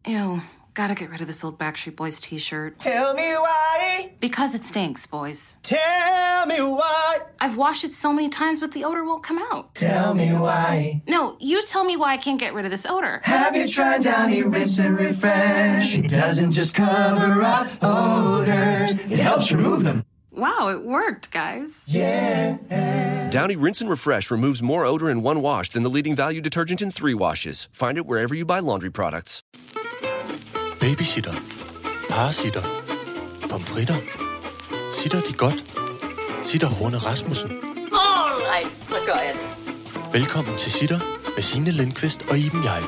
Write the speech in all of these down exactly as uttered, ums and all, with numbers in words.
Ew. Gotta get rid of this old Backstreet Boys t-shirt. Tell me why. Because it stinks, boys. Tell me why. I've washed it so many times, but the odor won't come out. Tell me why. No, you tell me why I can't get rid of this odor. Have you tried Downy Rinse and Refresh? It doesn't just cover up odors. It helps remove them. Wow, it worked, guys. Yeah. Downy Rinse and Refresh removes more odor in one wash than the leading value detergent in three washes. Find it wherever you buy laundry products. Babysitter. Parasitter. Pomfritter. Sitter de godt? Sitter Horne Rasmussen. Alright, så gør jeg det. Velkommen til Sitter med Signe Lindqvist og Iben Hjejle.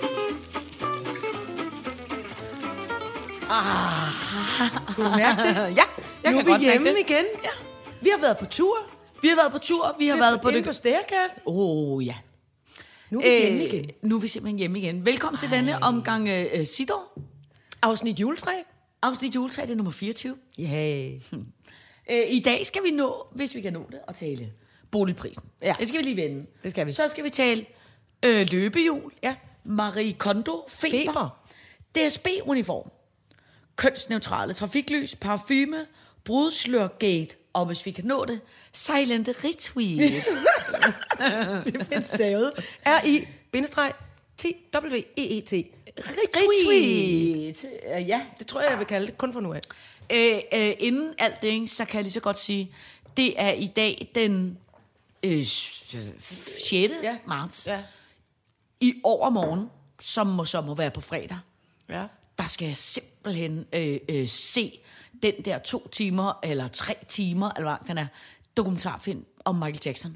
Ah, kunne du mærke det? Ja, jeg nu kan er vi hjemme det. igen. Ja. Vi har været på tur. Vi har været på tur, vi har Vi været på inde det... på stærkassen. Åh, oh, ja. Nu er vi hjemme igen. Nu er vi simpelthen hjemme igen. Velkommen Ej. til denne omgang uh, Sitter. Afsnit juletræ. Afsnit juletræ, det er nummer fireogtyve. Ja. Yeah. Hmm. Uh, I dag skal vi nå, hvis vi kan nå det, at tale boligprisen. Ja. Det skal vi lige vende. Det skal vi. Så skal vi tale uh, løbehjul. Ja. Marie Kondo, feber. feber. D S B-uniform. Kønsneutrale trafiklys, parfume, brudslørgate, og hvis vi kan nå det, silent retweet. Det findes stavet. R I T W E E T. Retweet. Uh, ja. Det tror jeg, jeg vil kalde det, kun for nu af. Øh, øh, inden alt det, så kan jeg lige så godt sige, det er i dag den øh, sjette Ja. marts. Ja. I overmorgen, som må, som må være på fredag, Ja. der skal jeg simpelthen øh, øh, se den der to timer, eller tre timer, eller hvad den er, dokumentarfilm om Michael Jackson.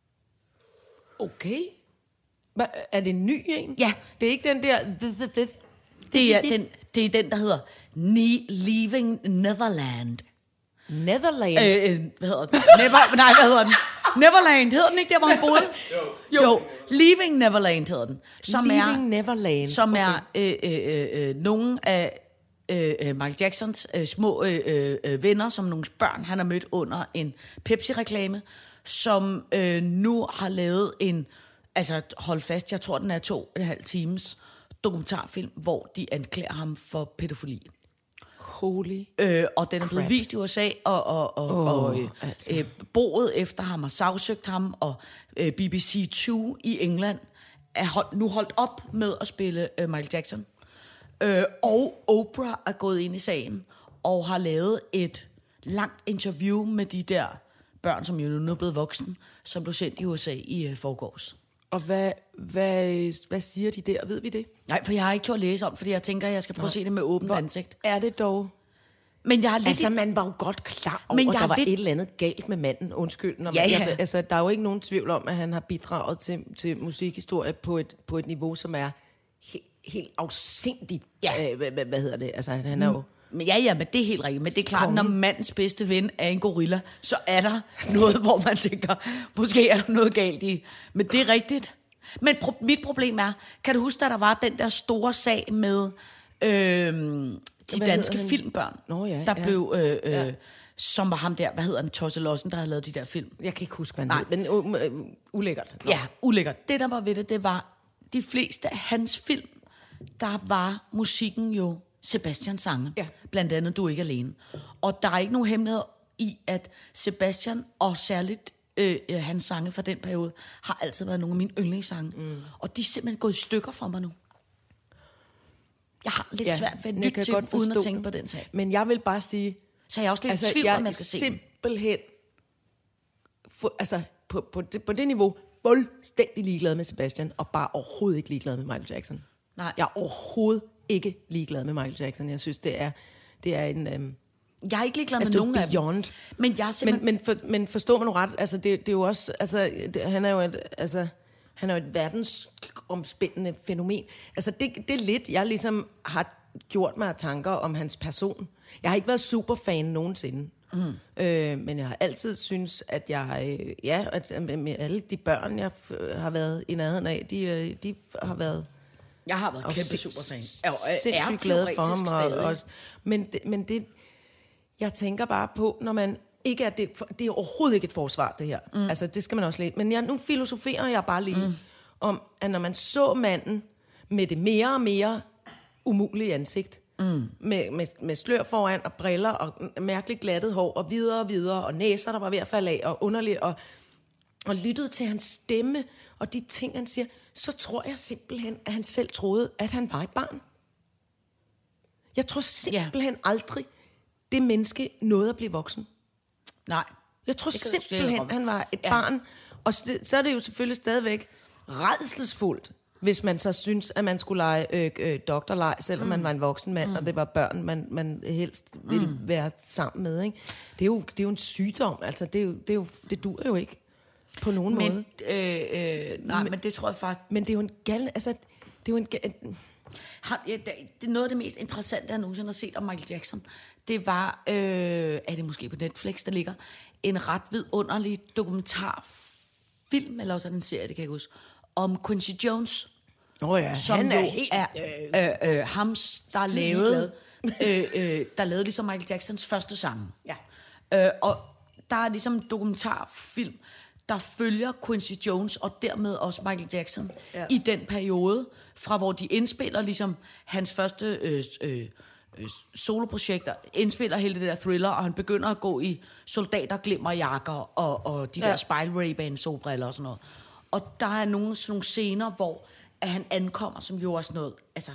Okay. Hva, er det en ny en? Ja. Det er ikke den der... The, the, the, Det er den, det er den der hedder Ne- Leaving Neverland. Netherland. Øh, øh, hvad hedder den? Never, nej, hvad hedder den? Neverland, hedder den ikke der, hvor han boede? jo. jo. Leaving Neverland hedder den. Som Leaving er, Neverland. Som Okay. er øh, øh, øh, nogle af øh, øh, Michael Jacksons øh, små øh, øh, venner, som nogle børn, han har mødt under en Pepsi-reklame, som øh, nu har lavet en, altså hold fast, jeg tror, den er to og en halv times dokumentarfilm, hvor de anklager ham for pædofili. Holy. Øh, og den er blevet Crap. vist i U S A, og, og, og, Åh, og øh, altså. øh, boet efter ham og sagsøgt ham, og øh, B B C to i England er hold, nu holdt op med at spille øh, Michael Jackson. Øh, og Oprah er gået ind i sagen, og har lavet et langt interview med de der børn, som jo nu er blevet voksen, som blev sendt i U S A i øh, forgårs. Og hvad, hvad, hvad siger de der? Ved vi det? Nej, for jeg har ikke turde læse om, fordi jeg tænker, at jeg skal prøve at se det med åbent Hvor ansigt. er det dog? Men jeg er lidt... Altså, man var jo godt klar over, Men at jeg der er var lidt- et eller andet galt med manden. Undskyld. Når Ja, man, ja. Jeg, altså, der er jo ikke nogen tvivl om, at han har bidraget til, til musikhistorie på et, på et niveau, som er he, helt afsindigt. Ja. Øh, hvad, hvad, hvad hedder det? Altså, han er jo... Men ja, ja, men det er helt rigtigt. Men det er klart, Kongen. når mandens bedste ven er en gorilla, så er der noget, hvor man tænker, måske er der noget galt i. Men det er rigtigt. Men pro- mit problem er, kan du huske, at der var den der store sag med øh, de Hvad danske hedder han? filmbørn, Nå ja, der ja. blev, øh, øh, Ja. som var ham der, hvad hedder han, Tosse Lossen, der havde lavet de der film. Jeg kan ikke huske, hvad Nej. han hed, men uh, uh, ulækkert. Nå. Ja, ulækkert. Det, der var ved det, det var, de fleste af hans film, der var musikken jo Sebastian sange. Ja. Blandt andet Du er ikke alene. Og der er ikke nogen hemmelighed i, at Sebastian, og særligt øh, øh, hans sange fra den periode, har altid været nogle af mine yndlingssange. Mm. Og de er simpelthen gået i stykker for mig nu. Jeg har lidt Ja, ja, svært ved at jeg lytte kan til godt dem, uden at forstå tænke det. på den sag. Men jeg vil bare sige... Så jeg er også lidt altså, i tvivl, jeg om jeg skal se dem. simpelthen fu- altså, på, på, det, på det niveau fuldstændig ligeglad med Sebastian, og bare overhovedet ikke ligeglad med Michael Jackson. Nej. Jeg er overhovedet ikke ligeglad med Michael Jackson. Jeg synes, det er, det er en... Øhm, Jeg er ikke ligeglad altså, med det er nogen af dem. beyond. Men jeg er simpelthen... Men, men, for, men forstår man nu ret, altså det, det er jo også, altså det, han er jo et, altså, han er jo et verdensomspændende fænomen. Altså det, det er lidt, jeg ligesom har gjort mig tanker om hans person. Jeg har ikke været superfan nogensinde. Mm. Øh, men jeg har altid synes, at jeg, øh, ja, at med alle de børn, jeg f- har været i nærheden af, de, øh, de har været... Jeg har været og kæmpe sind- superfan. Jeg er Sindssygt glad for ham. teoretisk Og, og, stadig. men, det, men det, jeg tænker bare på, når man ikke er det, det er overhovedet ikke et forsvar, det her. Mm. Altså, det skal man også læse. Men jeg, nu filosoferer jeg bare lige mm. om, at når man så manden med det mere og mere umulige ansigt. Mm. Med, med, med slør foran og briller og mærkeligt glattet hår og videre og videre og næser, der var ved at falde af og underligt og, og lyttede til hans stemme og de ting, han siger, så tror jeg simpelthen, at han selv troede, at han var et barn. Jeg tror simpelthen ja. aldrig, det menneske nåede at blive voksen. Nej. Jeg tror simpelthen, at han var et ja. barn. Og så, så er det jo selvfølgelig stadigvæk rædselsfuldt, hvis man så synes, at man skulle lege øh, øh, doktorleg, selvom mm. man var en voksen mand, mm. og det var børn, man, man helst ville mm. være sammen med. Ikke? Det, er jo, det er jo en sygdom. Altså, det, er jo, det, er jo, det dur jo ikke på nogen men, måde. Øh, øh, nej, men, men det tror jeg faktisk... Men det er jo en gal... Altså, det er jo en gal... Han, ja, det er noget af det mest interessante, jeg nogensinde har set om Michael Jackson. Det var, øh, er det måske på Netflix, der ligger, en ret vidunderlig dokumentarfilm, eller også er det en serie, det kan jeg ikke huske, om Quincy Jones. Åh oh ja, som han er jo helt... er øh, øh, ham, der lavede, øh, øh, der lavede ligesom Michael Jacksons første sang. Ja. Øh, og der er ligesom en dokumentarfilm, der følger Quincy Jones og dermed også Michael Jackson ja. i den periode, fra hvor de indspiller ligesom hans første øh, øh, øh, soloprojekter, indspiller hele det der Thriller, og han begynder at gå i soldaterglimmerjakker og, og de ja. der Spile Ray-Ban solbriller og sådan noget. Og der er nogle, sådan nogle scener, hvor at han ankommer, som jo er sådan noget, altså,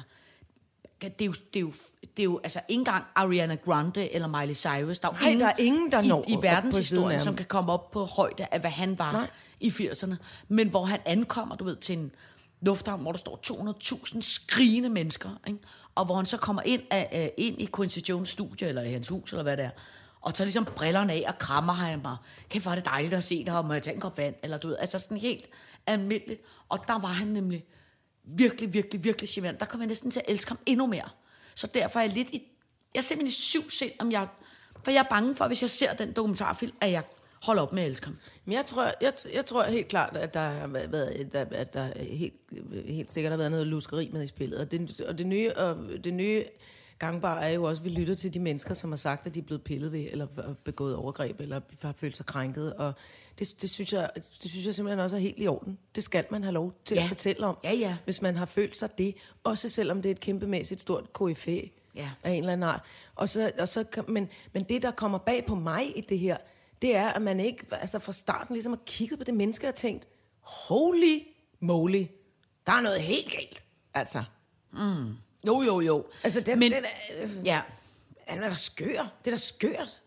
det er jo, det er jo, det er jo altså, ikke engang Ariana Grande eller Miley Cyrus, der er jo Nej, ingen, der er ingen, der når i, i verdenshistorien, som kan komme op på højde af, hvad han var Nej. i firserne. Men hvor han ankommer, du ved, til en lufthavn, hvor der står to hundrede tusind skrigende mennesker, ikke? Og hvor han så kommer ind, af, uh, ind i Quincy Jones studie, eller i hans hus, eller hvad det er, og tager ligesom brillerne af og krammer han mig. Kæft, var det dejligt at se dig, og må jeg tage en kop vand, eller du ved, altså sådan helt almindeligt. Og der var han nemlig virkelig, virkelig, virkelig charmerende. Der kom jeg næsten til at elske ham endnu mere. Så derfor er jeg lidt i... Jeg er simpelthen i syv sind, om jeg... For jeg er bange for, hvis jeg ser den dokumentarfilm, at jeg holder op med at elske ham. Men jeg tror, jeg, jeg tror helt klart, at der har været, der, at der helt, helt sikkert har været noget luskeri med i spillet. Og det, og det nye, og det nye gangbare er jo også, at vi lytter til de mennesker, som har sagt, at de er blevet pillet ved, eller begået overgreb, eller har følt sig krænket. Og det, det, synes jeg, det synes jeg simpelthen også er helt i orden. Det skal man have lov til ja. at fortælle om, ja, ja. hvis man har følt sig det. Også selvom det er et kæmpemæssigt stort K F A ja. af en eller anden art. Og så, og så, men, men det, der kommer bag på mig i det her, det er, at man ikke altså fra starten ligesom har kigget på det menneske og tænkt, holy moly, der er noget helt galt. Altså. Mm. Jo, jo, jo. Altså, det, men, det er, øh, ja. Han er da skør. Det er da skørt.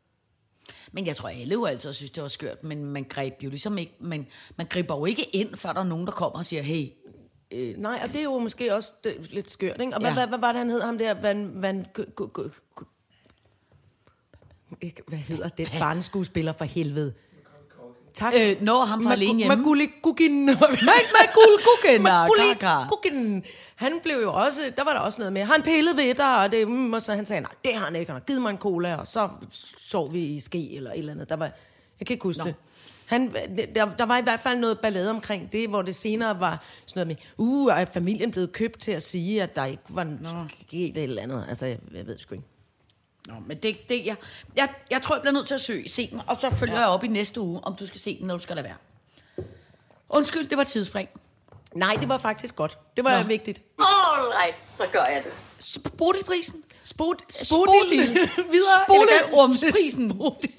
Men jeg tror, alle jo altid synes, det var skørt, men man greb jo ligesom ikke, man, man griber jo ikke ind, før der er nogen, der kommer og siger, hey. Øh, nej, og det er jo måske også det, lidt skørt, ikke? Og ja. hvad, hvad, hvad var det, han hed, ham der, Van, Van, hvad hedder det? Barneskuespiller for helvede. Tak. Øh, Nå, ham fra Alene Hjemme. Maguli Guggen. Maguli Guggen. Han blev jo også, der var der også noget med, han pillede ved dig, og, det, og så han sagde, nej, det har han ikke, han har givet mig en cola, og så sov vi i ske, eller et eller andet. Der var, jeg kan ikke huske Nå. det. Han, der, der var i hvert fald noget ballade omkring det, hvor det senere var sådan noget med, uh, er familien blevet købt til at sige, at der ikke var sket et eller andet. Altså, jeg, jeg ved sgu ikke. Nå, men det, det jeg, jeg, jeg tror, jeg bliver nødt til at søge, se den, og så følger ja. jeg op i næste uge, om du skal se den, eller du skal lade være. Undskyld, det var tidsspring. Nej, det var faktisk godt. Det var Nå. vigtigt. All right, så gør jeg det. Bodilprisen. Spod, Spodil. Videre. Spoleormsprisen.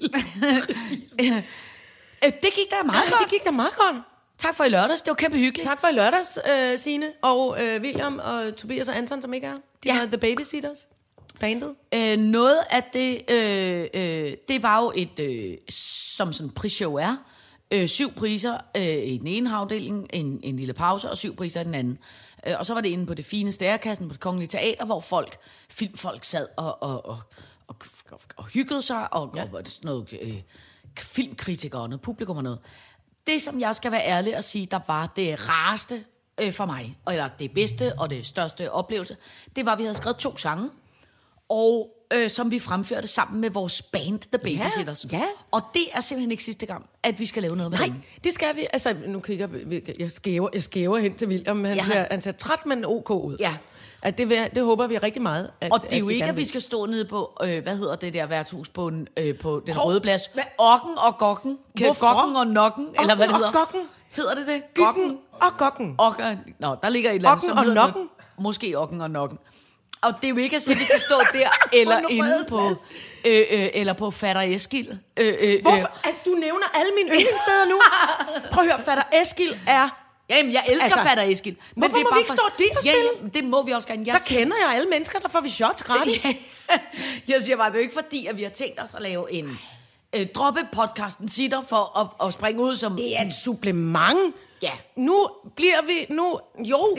Det gik da meget ja, godt. Det gik da meget godt. Tak for i lørdags, det var kæmpe hyggeligt. Tak for i lørdags, øh, Signe, og øh, William, og Tobias og Anton, som ikke er. De ja. har The Babysitters. Bandet. Øh, noget af det, øh, øh, det var jo et, øh, som sådan prisshow er, øh, syv priser øh, i den ene afdeling, en, en lille pause, og syv priser i den anden. Øh, og så var det inde på det fine Stærekassen på det Kongelige Teater, hvor folk, filmfolk sad og, og, og, og, og, og hyggede sig, og, ja. og, og sådan noget øh, filmkritikere og noget publikum og noget. Det, som jeg skal være ærlig at sige, der var det rareste øh, for mig, eller det bedste og det største oplevelse, det var, at vi havde skrevet to sange, og øh, som vi fremførte sammen med vores band, The Babysitters. Ja, ja. Og det er simpelthen ikke sidste gang, at vi skal lave noget med Nej, dem. det skal vi. Altså, nu kigger vi, jeg skæver, jeg skæver hen til William, han, ja. ser, han ser træt, men ok ud. Ja. At det, vil, det håber vi rigtig meget. At, og det er at jo de ikke, at vi vil. skal stå nede på, øh, hvad hedder det der værtshus på, en, øh, på den Hov, Røde Plads. Okken og Gokken. Hvorfor? Gokken og Nokken, eller hvad det hedder. Gokken. Hedder det det? Gokken og Gokken. Okken. Nå, der ligger et eller andet, Okken som og hedder Nokken. Noget. Måske Okken og Nokken. Og det er jo ikke at sige, at vi skal stå der, eller inde på, øh, øh, eller på Fatter Eskil. Øh, øh, Hvorfor? At du nævner alle mine yndlingssteder nu? Prøv at høre, Fatter Eskil er... Jamen, jeg elsker Altså, altså, Fatter Eskil. Men hvorfor det er må bare vi ikke for- stå der og ja, spille? ja, det må vi også gerne. Jeg Der kender jeg alle mennesker, der får vi shots gratis. Jeg siger bare, det er jo ikke fordi, at vi har tænkt os at lave en øh, droppe podcasten sitter for at, at springe ud som... Det er et supplement. Ja. Nu bliver vi... Nu... Jo.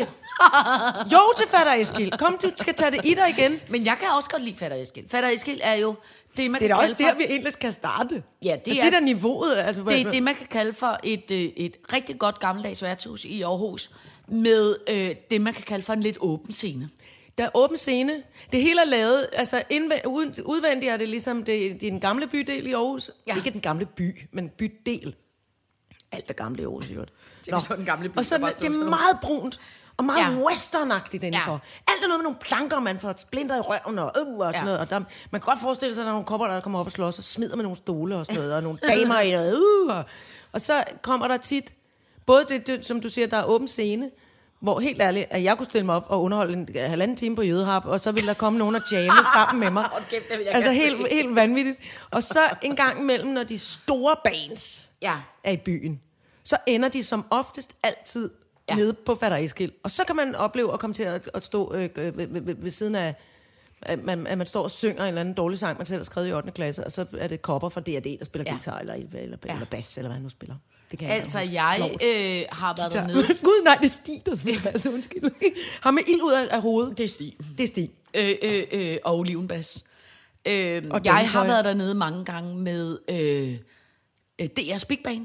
Jo til Fatter Eskil. Kom, du skal tage det i dig igen. Men jeg kan også godt lide Fatter Eskil. Fatter Eskil er jo det, man Det er da kan også kalde der, for... vi egentlig skal starte. Ja, det altså, er- det der niveauet. Altså, Det er det, man kan kalde for et, øh, et rigtig godt gammeldags værtshus i Aarhus, med øh, det, man kan kalde for en lidt åben scene. Der er åben scene. Det hele er lavet, altså indve- ud- udvendigt er det ligesom det, det er den gamle bydel i Aarhus. Ja. Ikke den gamle by, men bydel. Alt er gamle i Aarhus, i øvrigt. Det er så den gamle by, Og så der bare det stod er sådan meget brunt. Og meget Ja. ja. westernagtigt indenfor. Ja. Alt er noget med nogle planker, man får splinter i røven og, øh, og sådan Ja. noget. Og der, man kan godt forestille sig, at der er nogle kopper, der kommer op og slås og smider med nogle stole og sådan noget. Og nogle damer i noget. Øh, og, og så kommer der tit, både det, det, som du siger, der er åben scene, hvor helt ærligt, at jeg kunne stille mig op og underholde en halvanden time på Jødehap, og så ville der komme nogen og jamme sammen med mig. kæft, det vil jeg Altså gerne helt, helt vanvittigt. Og så en gang imellem, når de store bands Ja. er i byen, så ender de som oftest altid Ja. ja. nede på Fatter Eskil. Og så kan man opleve at komme til at, at stå øh, ved, ved, ved, ved siden af, at man, at man står og synger en eller anden dårlig sang, man selv har skrevet i ottende klasse, og så er det kopper fra D og D, der spiller Ja. ja. guitar, eller, eller, eller, Ja. eller bass, eller hvad han nu spiller. Det kan jeg ikke Altså, huske. jeg Flovt. øh, har været Guitar. dernede. Gud, nej, det er Stig, der spiller bass, undskyld. Har med ild ud af, af hovedet. Det er Stig. Det er Stig. Øh, øh, øh, og olivenbas. Øh, Og jeg har dametøj. været dernede mange gange med øh, øh, D R's Big Band,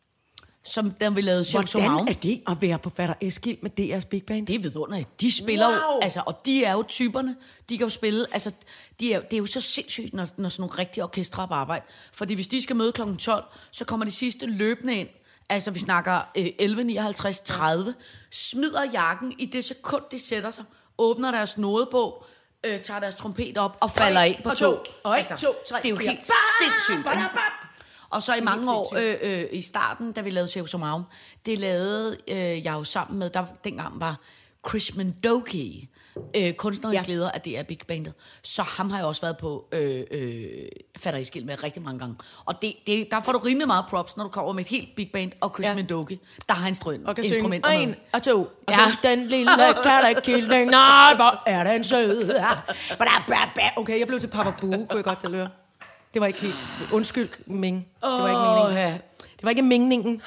som der vi lavede Sjov som Hvordan er det at være på Fatter Eskil med D R's Big Band? Det er vidunderligt. De spiller wow. jo, altså, og de er jo typerne, de kan jo spille, altså, de er, det er jo så sindssygt, når, når sådan nogle rigtige orkestre er på arbejde. Fordi hvis de skal møde klokken tolv, så kommer de sidste løbende ind, altså vi snakker øh, elleve nioghalvtreds tredive, smider jakken i det sekund, de sætter sig, åbner deres nodebog, øh, tager deres trompet op og falder ind på og to. to. Og et, Altså, to, tre, det er jo fire. helt sindssygt. ikke? Og så i mange år øh, øh, i starten, da vi lavede Sjov som Arm, det lavede øh, jeg jo sammen med, der dengang var Chris Mendoki, øh, kunstnerisk ja. leder af D R Big Bandet. Så ham har jeg også været på øh, øh, Fatter Eskil med rigtig mange gange. Og det, det, der får du rimelig meget props, når du kommer med et helt Big Band og Chris ja. Mendoki, der har instrument, Og kan instrumenter synge med. en og to. Og Ja. så den lille karakilling. Nej, hvor er den sød. Ja. Okay, jeg blev til Papa Boo, kunne jeg godt til at høre. Det var ikke helt... Undskyld, Ming. Det var ikke meningen. ja. Det var ikke meningen.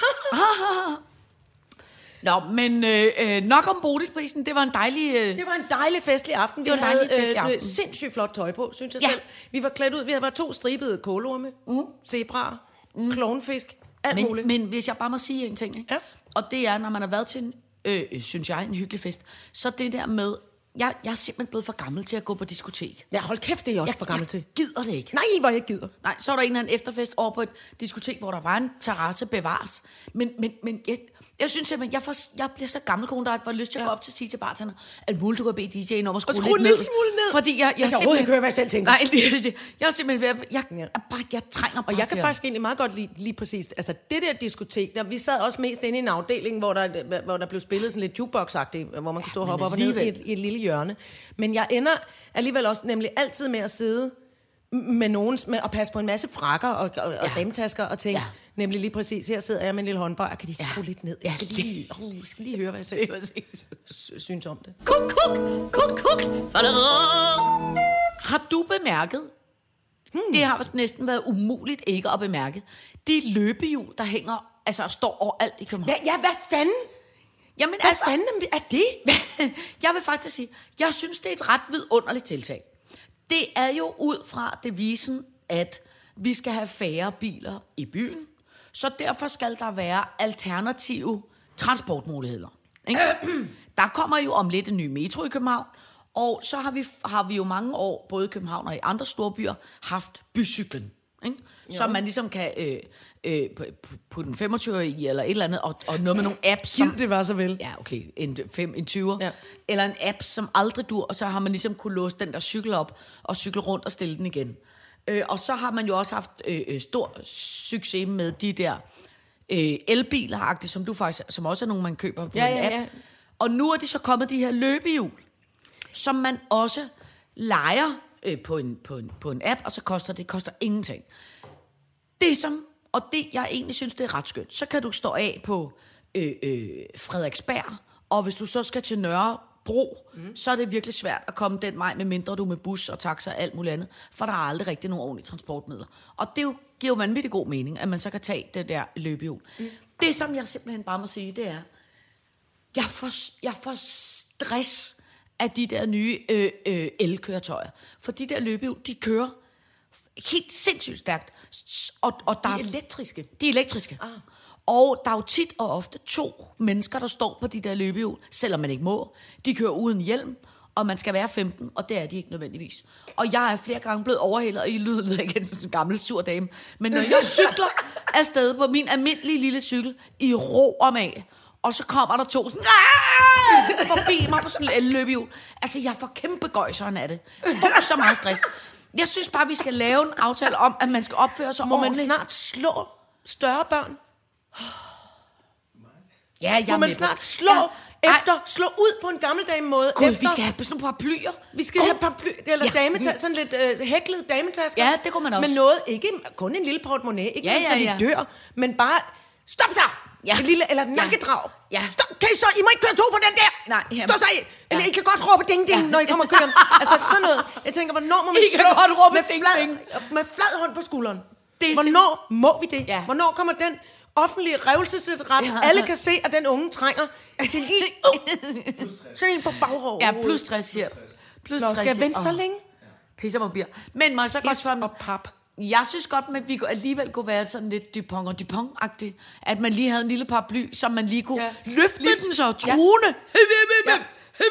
Nå, men øh, øh, nok om Bodilprisen. Det var en dejlig... Øh, Det var en dejlig festlig aften. Det var en dejlig havde, festlig øh, aften. sindssygt flot tøj på, synes jeg Ja. selv. Vi var klædt ud. Vi havde været to stribede kålorme, mm. zebraer, mm. klovnfisk, alt muligt. men, men hvis jeg bare må sige en ting, ikke? Ja. Og det er, når man har været til en, øh, synes jeg, en hyggelig fest, så det der med... Jeg, jeg er simpelthen blevet for gammel til at gå på diskotek. Ja, hold kæft, det er jeg også Jeg, for gammel jeg til. gider det ikke. Nej, hvor jeg ikke gider. Nej, så var der en eller anden efterfest over på et diskotek, hvor der var en terrasse bevares. Men, men, men jeg, jeg synes simpelthen, jeg, får, jeg bliver så gammel kone, der har lyst til at Ja. gå op til at sige til bartender, at muligt du kan bede D J'en om at skrue, skrue lidt en ned. lille smule ned. Fordi jeg, jeg, Jeg kan overhovedet ikke høre, hvad jeg selv tænker. Nej, det er det. Jeg er simpelthen ved at, jeg, Ja. jeg, bare, jeg trænger bare Og jeg kan til faktisk egentlig meget godt lide lige præcis, altså det der diskotek, der, vi sad også mest inde i en afdeling, hvor der, hvor der blev spillet sådan lidt jukebox-agtigt, hvor man kunne stå og men hoppe op og ned i alligevel. et, i et lille hjørne. Men jeg ender alligevel også nemlig altid med at sidde med nogen, med at passe på en masse frakker og, og, og dametasker og tænke, Ja. nemlig lige præcis, her sidder jeg med en lille håndbar, kan de ikke Ja. skrue lidt ned? Jeg skal lige, oh, jeg skal lige høre, hvad jeg selv sy- synes om det. Kuk, kuk, kuk, kuk. Har du bemærket, hmm. det har vist næsten været umuligt ikke at bemærke, de løbehjul, der hænger, altså står overalt i København. Ja, ja hvad fanden? Jamen, Hvad altså, fanden er det? jeg vil faktisk sige, jeg synes, det er et ret vidunderligt tiltag. Det er jo ud fra devisen, at vi skal have færre biler i byen, så derfor skal der være alternative transportmuligheder. Ikke? Der kommer jo om lidt en ny metro i København, og så har vi, har vi jo mange år, både i København og i andre store byer, haft bycyklen. Ikke? Så man ligesom kan øh, øh, putte en femogtyve i, eller et eller andet, og, og noget med nogle apps, som... Gid det var så vel. Ja, okay, en, fem, en tyver. Ja. Eller en app, som aldrig dur, og så har man ligesom kunne låse den der cykel op, og cykle rundt og stille den igen. Øh, og så har man jo også haft øh, stor succes med de der øh, elbiler, som du faktisk, som også er nogle, man køber på Ja, en ja, app. ja. Og nu er det så kommet de her løbehjul. som man også lejer øh, på, en, på, en, på en app, og så koster det koster ingenting. Det som, og det jeg egentlig synes, det er ret skønt, så kan du stå af på øh, øh, Frederiksberg, og hvis du så skal til Nørrebro, mm. så er det virkelig svært at komme den vej, med mindre du med bus og taxa og alt muligt andet, for der er aldrig rigtig nogen ordentlige transportmidler. Og det jo, giver jo vanvittigt god mening, at man så kan tage det der løbehjul. Mm. Det, som jeg simpelthen bare må sige, det er, jeg får, jeg får stress af de der nye øh, øh, el-køretøjer. For de der løbehjul, de kører helt sindssygt stærkt. Og, og der De er elektriske? De er elektriske. Ah. Og der er jo tit og ofte to mennesker, der står på de der løbehjul, selvom man ikke må. De kører uden hjelm, og man skal være femten, og det er de ikke nødvendigvis. Og jeg er flere gange blevet overhældet, og I lyder igen som en gammel sur dame. Men når jeg cykler afsted på min almindelige lille cykel, i ro og mag, og så kommer der to sådan, forbi mig på sådan en el-løbehjul. Altså, jeg får kæmpe gøjseren af det. Jeg får så meget stress. Jeg synes bare, vi skal lave en aftale om, at man skal opføre sig Må ordentligt. man snart slå større børn? Ja, jeg Må er man med snart på. slå Ja. efter, slå ud på en gammeldags måde? Gud, efter, vi skal have sådan nogle paraplyer. Vi skal God. have paraply, eller Ja. ja. dametasker, sådan lidt øh, hæklet dametasker. Ja, det kunne man også. Men noget, ikke kun en lille portemonnaie, ikke Ja, ja, ja, så ja. de dør, men bare, stop så! Ja. Et lille, eller et nakkedrag. Ja. Stop, kan I så, I må ikke køre to på den der! Nej, jamen. Stå så i! Eller Ja. I kan godt råbe ding ding, Ja. når I kommer kørende. Altså sådan noget. Jeg tænker, hvornår må man I kan slå godt råbe med ding, flad, ding. med flad hånd på skulderen? Det er Hvornår må vi det? Ja. Hvornår kommer den offentlige revselsesret? Ja. Alle kan se, at den unge trænger til lige... Uh, sådan en på baghåret. Ja, plus tres siger. Plus Nå, skal jeg siger. vente så Åh, længe? Pisser på bier. Men må jeg så godt Pis sådan... og pap. Jeg synes godt, at vi kunne- alligevel kunne være sådan lidt Dupont og Dupont-agtigt. At man lige havde en lille paraply, som man lige kunne Ja. løfte Lidt. den så truende. Ja. Ja.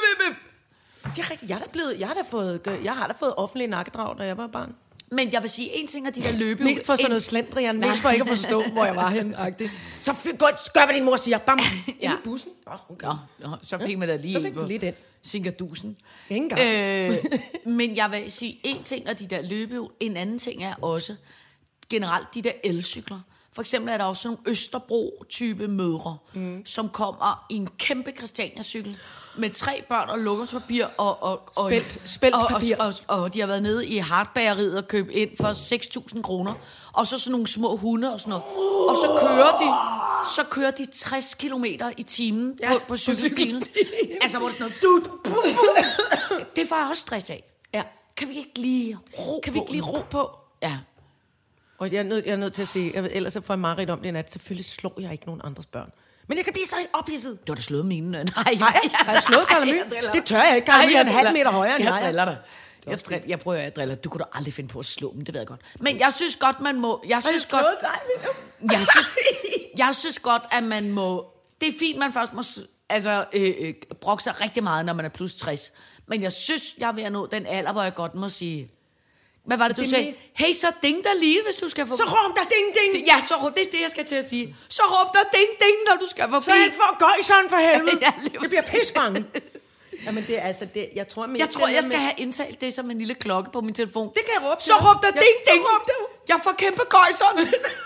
Det er rigtigt. Jeg har da, blevet, jeg har da, fået, jeg har da fået offentlige nakkedrag, da jeg var barn. Men jeg vil sige, en ting er de der løbehjul. Mest for sådan En- noget slendrian, Nej. mest for ikke at forstå, hvor jeg var henne. Så f- gå, gør, hvad din mor siger. Bam, Ja. ind i bussen. Oh, okay. Nå, nå, så fik man da lige... Så fik man lige den. Sinkerdusen. Ingen gang. Øh, men jeg vil sige, en ting er de der løbehjul, en anden ting er også generelt de der elcykler. For eksempel er der også sådan nogle Østerbro-type mødre, mm. som kommer i en kæmpe Christiania-cykel med tre børn og lukkerspapir og, og, og, Spelt- spelt og, papir. og, og, og de har været nede i hardbageriet og købt ind for seks tusind kroner. Og så sådan nogle små hunde og sådan noget. Og så kører de, så kører de tres kilometer i timen ja, på, på cykelstien. Altså, hvor det er sådan noget... Du, det får jeg også stress af. Ja. Kan vi ikke lige ro Kan vi på ikke lige nu? ro på? Ja. Og jeg er nødt, jeg er nødt til at sige, jeg ved, ellers så får jeg mareridt om det i nat. Selvfølgelig slår jeg ikke nogen andres børn. Men jeg kan blive så ophidset. Du har da slået mine. Nej, Nej, har jeg slået Karla My? Det tør jeg ikke. Karla My er en halv meter højere end jeg. mig. Jeg driller dig. Jeg, driller, jeg prøver at drille. Du kunne da aldrig finde på at slå dem, det ved jeg godt. Men jeg synes godt, man må... Jeg synes godt, jeg synes, jeg synes godt, at man må... Det er fint, man først må altså, øh, øh, brokke sig rigtig meget, når man er plus tres. Men jeg synes, jeg er ved at nå den alder, hvor jeg godt må sige... Hvad var det, du Det sagde? mest- Hey, så ding der lige, hvis du skal få... Så råb der ding ding. Ja, så råb, det er det, jeg skal til at sige. Så råb der ding ding, når du skal forbi. Så han får gøjseren for helvede. Ja, lige Det bliver præcis. pisbange. Jamen det er altså det, jeg tror mest... Jeg tror, det er jeg noget skal med- have indtalt det som en lille klokke på min telefon. Det kan jeg råbe til Så dig. råb der Ja, ding så ding. råb det. Jeg får kæmpe gøjserne.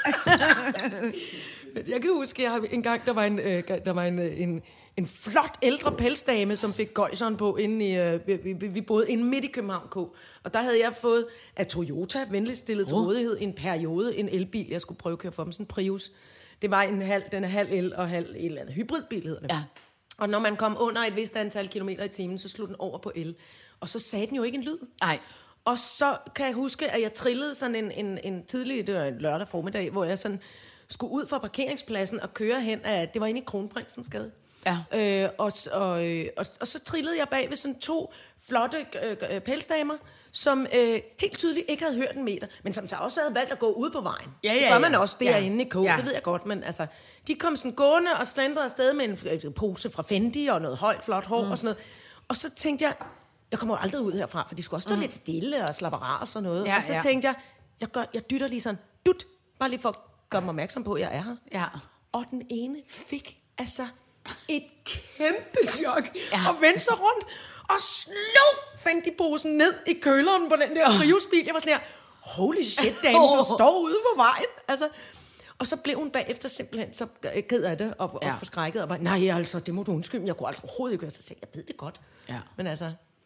Jeg kan huske, jeg har en gang, der var en, øh, der var en, øh, en, en flot ældre pelsdame, som fik gøjseren på, inde i, øh, vi, vi, vi boede inde midt i København K. Og der havde jeg fået af Toyota venligt stillet til Oh. rådighed i en periode, en elbil, jeg skulle prøve at køre for dem, sådan en Prius. Det var en halv, den er halv el og halv et eller andet hybridbil, hedder det. Ja. Og når man kom under et vist antal kilometer i timen, så slog den over på el. Og så sagde den jo ikke en lyd. Nej. Og så kan jeg huske, at jeg trillede sådan en, en, en tidlig, det var en lørdag formiddag, hvor jeg sådan skulle ud fra parkeringspladsen og køre hen af, det var inde i Kronprinsens Gade. Ja. Øh, og, og, øh, og, og så trillede jeg bag ved sådan to flotte øh, øh, pelsdamer, som øh, helt tydeligt ikke havde hørt en meter, men som så også havde valgt at gå ud på vejen. Ja, det ja, gør ja. man også derinde Ja. i K, Ja. det ved jeg godt, men altså, de kom sådan gående og slendrede afsted med en øh, pose fra Fendi og noget højt, flot hår mm. og sådan noget. Og så tænkte jeg, jeg kommer jo aldrig ud herfra, for de skulle også stå mm. lidt stille og slappe af og sådan noget. Ja, og så ja. tænkte jeg, jeg, gør, jeg dytter lige sådan, dut, bare lige for at gøre mig opmærksom på, at jeg er her. Ja. Og den ene fik altså et kæmpe chok, Ja. og vendte sig rundt og slog Fendi-posen ned i køleren på den der Prius-bil. Jeg var sådan her, holy shit, dame, du står ude på vejen. Altså, og så blev hun bagefter simpelthen så ked af det, og, Ja. og forskrækket, og bare, nej, altså, det må du undskylde, jeg kunne altså overhovedet ikke høre. Så sagde jeg, jeg ved det godt. Ja. Men altså,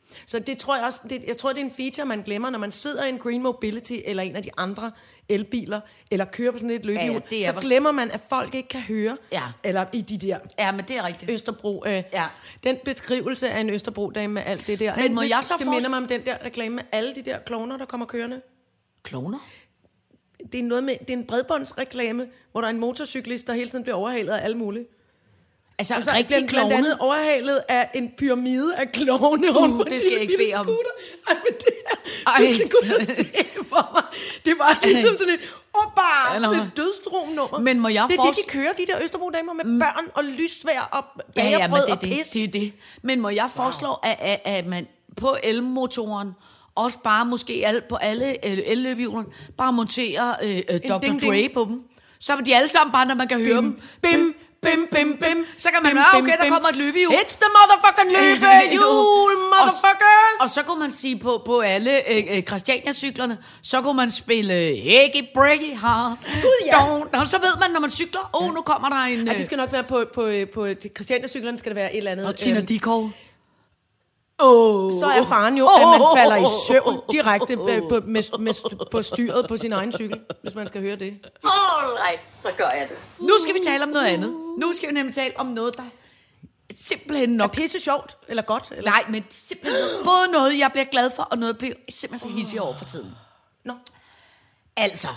Så det tror jeg også, det, jeg tror, det er en feature, man glemmer, når man sidder i en Green Mobility, eller en af de andre elbiler, eller kører på sådan et løbehjul, ja, ja, så vores... glemmer man, at folk ikke kan høre, ja. eller i de der ja, men det er rigtigt. Østerbro. Øh, ja. Den beskrivelse af en Østerbro-dame med alt det der. Men må jeg så det minder mig om den der reklame med alle de der klovner, der kommer kørende. Klovner? Det er, noget med, det er en bredbåndsreklame, hvor der er en motorcyklist, der hele tiden bliver overhalet af alle mulige. Altså, og så bliver den blandt andet overhalet af en pyramide af klovne. Uh, det skal jeg ikke bede om. Ej, men det er, du skal gå ud og se for mig. Det var ligesom sådan et, oh, bare, sådan et dødsdromnummer. Men må jeg det er forst... det, de kører, de der Østerbro-damer med mm. børn og lysvær og bagerbrød ja, ja, men det, og det, pis. Det er det. Men må jeg foreslå, wow. at, at, at man på elmotoren også bare måske al, på alle elløbehjulene bare monterer øh, øh, doktor Ding, Dre ding. på dem. Så er de alle sammen bare, når man kan høre dem. Bim, bim, bim, bim. Så kan man bim, høre, okay, bim, der kommer et løbehjul. It's the motherfucking løbehjul, motherfuckers. Og, og så kunne man sige på, på alle øh, Christiania-cyklerne, så kunne man spille Higgy Briggy Hard. Gud, ja. Og så ved man, når man cykler, åh, oh, nu kommer der en... Øh... Ja, det skal nok være på, på, på Christiania-cyklerne, skal det være et eller andet... Og Tina øh, Dickow. Oh. Så er faren jo, at man falder i søvn direkte på, på, med, med, på styret på sin egen cykel, hvis man skal høre det. Alright, så gør jeg det. Nu skal vi tale om noget andet. Nu skal vi nemlig tale om noget, der simpelthen nok... Er pisse sjovt, eller godt? Eller? Nej, men simpelthen både noget, jeg bliver glad for, og noget, jeg bliver simpelthen så hissig over for tiden. Nå. Altså,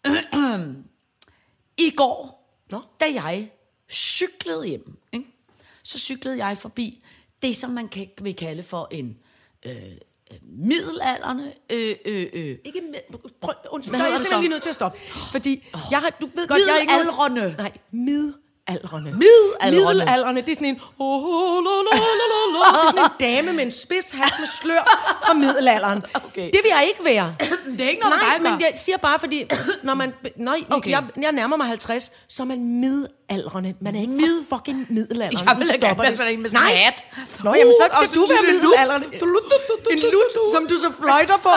i går, Nå. da jeg cyklede hjem, ikke? Så cyklede jeg forbi det, som man kan, vil kalde for en øh, middelalderne... Øh, øh, øh. Ikke med... Prøv, undskyld, jeg er simpelthen lige nødt til at stoppe. Fordi jeg har... Du ved godt, jeg er ikke... Middelaldrende. Nej, middelaldrende. Middelaldrende. Middelaldrende, det er sådan en... Oh, oh, la, la, la, la. Det er sådan en dame med en spids hat med slør fra middelalderen. Okay. Det vil jeg ikke være. Det er ikke noget, nej, med men jeg siger bare, fordi... Når man... Når okay. jeg, jeg nærmer mig halvtreds, så er man middelaldrende. Man er ikke Mid- for fucking middelalderen. Jeg vil ikke have sådan en med sådan en hat. Nå, jamen så skal du være middelalderne. En lut, som du så fløjter på.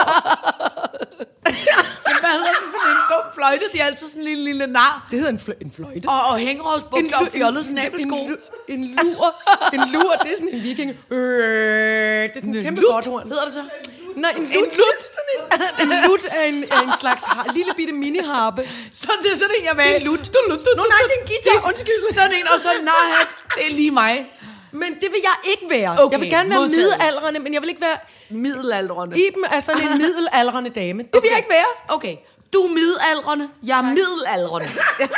Hvad hedder så sådan en dum fløjte? De er altid sådan en lille, lille nar. Det hedder en, flø- en fløjte. Og, og hængerådsbukser og fjollet snabelsko. En, en, en lur. En lur, det er sådan en viking. Øh, det er sådan en kæmpe godthorn. Hedder det så? Nej, en lut. En lut, en, en, lut er, en, er en slags har, lille bitte mini-harpe. Så det er sådan en, jeg vil. Det er en lut. Nå nej, det er en guitar. Undskyld. Sådan en, og så en narhat. Det er lige mig. Men det vil jeg ikke være. Okay, jeg vil gerne være modtaget. middelaldrende, men jeg vil ikke være... Middelaldrende. Iben er sådan en middelaldrende dame. Det vil okay. jeg ikke være. Okay. Du er middelaldrende. Jeg er middelaldrende.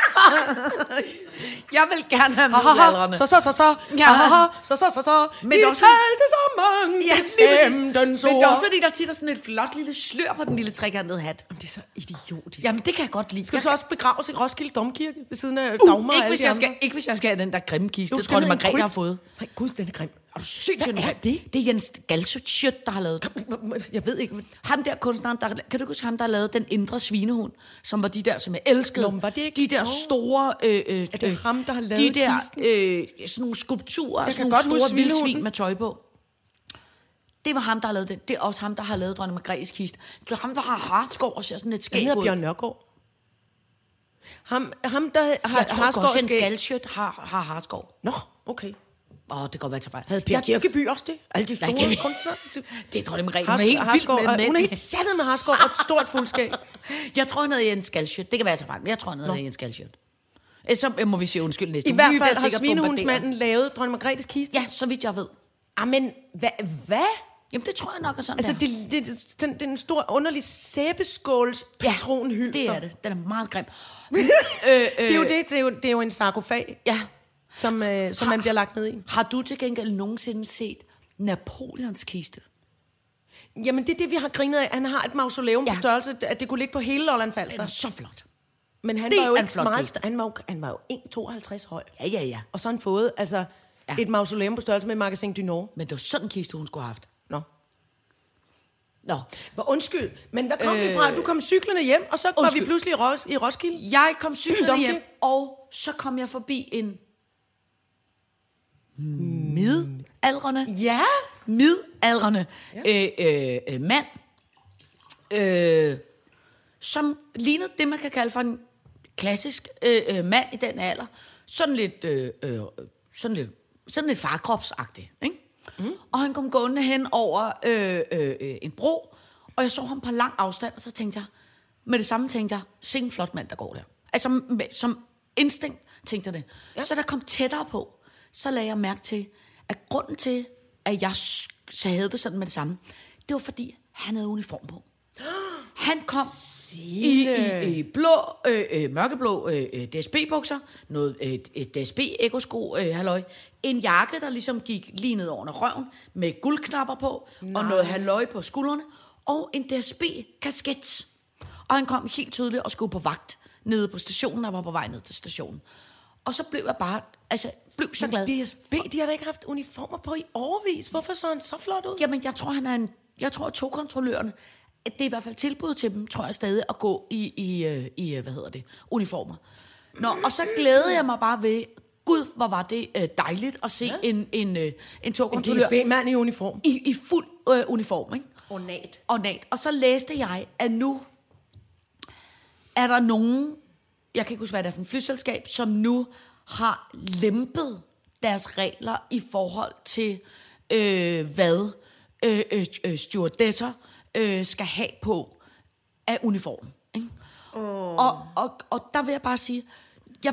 Jeg vil gerne have middelaldrende. Så, så, så, så. Ja. Så, så, så, så. Men det er også talte sammen. Ja, den Men det er også fordi, der tit er sådan et flot lille slør på den lille trekantede hat. Jamen, det er så idiotisk. Jamen, det kan jeg godt lide. Skal du så også begraves i Roskilde Domkirke ved siden af uh, Dagmar ikke, og hvis jeg skal, ikke hvis jeg skal have den der grimme kiste. Det tror jeg, Margrethe har fået. Nej, gud, den er grim. Er du sygt? Hvad er det? Det er Jens Galsøt, der har lavet det. Jeg ved ikke. Ham der kunstneren, der, kan du huske ham, der har lavet Den Indre Svinehund, som var de der, som jeg elskede. Nå, var det ikke? De der store... Øh, øh, er det ham, der har lavet de der, kisten? øh, sådan nogle skulpturer, jeg sådan nogle store vildsvin med tøj på. Det var ham, der har lavet det. Det er også ham, der har lavet Dronning Margrethes kiste. Det er ham, der har Harsgaard og ser sådan et skæg ud. Han hedder Bjørn Nørgaard. Ham, ham der har jeg tror Harsgaard også, Jens Galsøt har, har Harsgaard. Nå, okay. Åh, oh, det kan godt være til fejl. Havde Per Kirkeby også det? Alle de store Nej, det, kunstnere? Det, det tror jeg med Margrethe. Hun er helt vild med mænd. Hun er helt pjattet med Harsgaard og et stort fuldskab. Jeg tror, han hedder Jens Galsøt. Det kan være til fejl, men jeg tror, han hedder Jens Galsøt. Så må vi sige undskyld næste. I hvert fald har Svinehundsmanden lavet Dronning Margrethes kiste. Ja, så vidt jeg ved. Amen, hvad? Hvad? Jamen, det tror jeg nok er sådan altså, der. det, det, det, den, den store, underlige sæbeskåls patronhylster. Ja, det er det. Den er meget grim. øh, øh, det, er jo det, det, er jo, det er jo en sarkofag, ja. som, øh, som har, man bliver lagt ned i. Har du til gengæld nogensinde set Napoleons kiste? Jamen, det er det, vi har grinet af. Han har et mausoleum ja. på størrelse, at det kunne ligge på hele Lolland Falster. Det er så flot. Men han det var jo ikke flot meget... Han var jo, han var jo en komma tooghalvtreds høj. Ja, ja, ja. Og så har han fået altså, ja. et mausoleum på størrelse med Magasin du Nord. Men det var sådan en kiste, hun skulle have haft. Nå. Nå. Hvor undskyld, men hvad kom øh, vi fra? Du kom cyklerne hjem, og så undskyld. var vi pludselig i, Ros- i Roskilde. Jeg kom cyklerne hjem, og så kom jeg forbi en midaldrende, ja, midaldrende ja. øh, øh, mand, øh, som lignede det, man kan kalde for en klassisk øh, øh, mand i den alder. Sådan lidt, øh, øh, sådan lidt, sådan lidt farkropsagtig, ikke? Mm. Og han kom gående hen over øh, øh, en bro, og jeg så ham på lang afstand, og så tænkte jeg, med det samme tænkte jeg, se en flot mand, der går der. Altså med, som instinkt tænkte jeg det. Ja. Så der kom tættere på, så lagde jeg mærke til, at grunden til, at jeg så havde det sådan med det samme, det var fordi, han havde uniform på. Han kom i, i, i blå, øh, øh, mørkeblå øh, D S B-bukser, noget øh, et D S B-ekosko, øh, halløj, en jakke, der ligesom gik lige ned over røven, med guldknapper på, Nej. og noget halløj på skuldrene, og en D S B-kasket. Og han kom helt tydeligt og skulle på vagt nede på stationen, og var på vej ned til stationen. Og så blev jeg bare, altså, blev så glad. Men D S B, de har da ikke haft uniformer på i årevis. Hvorfor så han så flot ud? Jamen, jeg tror, han er en, jeg tror, at togkontrollørerne, det er i hvert fald tilbud til dem, tror jeg stadig, at gå i, i, i hvad hedder det, uniformer. Nå, og så glædede jeg mig bare ved, gud, hvor var det dejligt at se ja. en, en, en togkontrollør. En D S B-mand i uniform. I, i fuld øh, uniform, ikke? Ornat. Ornat. Og så læste jeg, at nu er der nogen, jeg kan ikke huske, hvad det er for en flyselskab, som nu har lempet deres regler i forhold til, øh, hvad øh, øh, stewardesser øh, skal have på af uniform. Ikke? Oh. Og, og, og der vil jeg bare sige, jeg,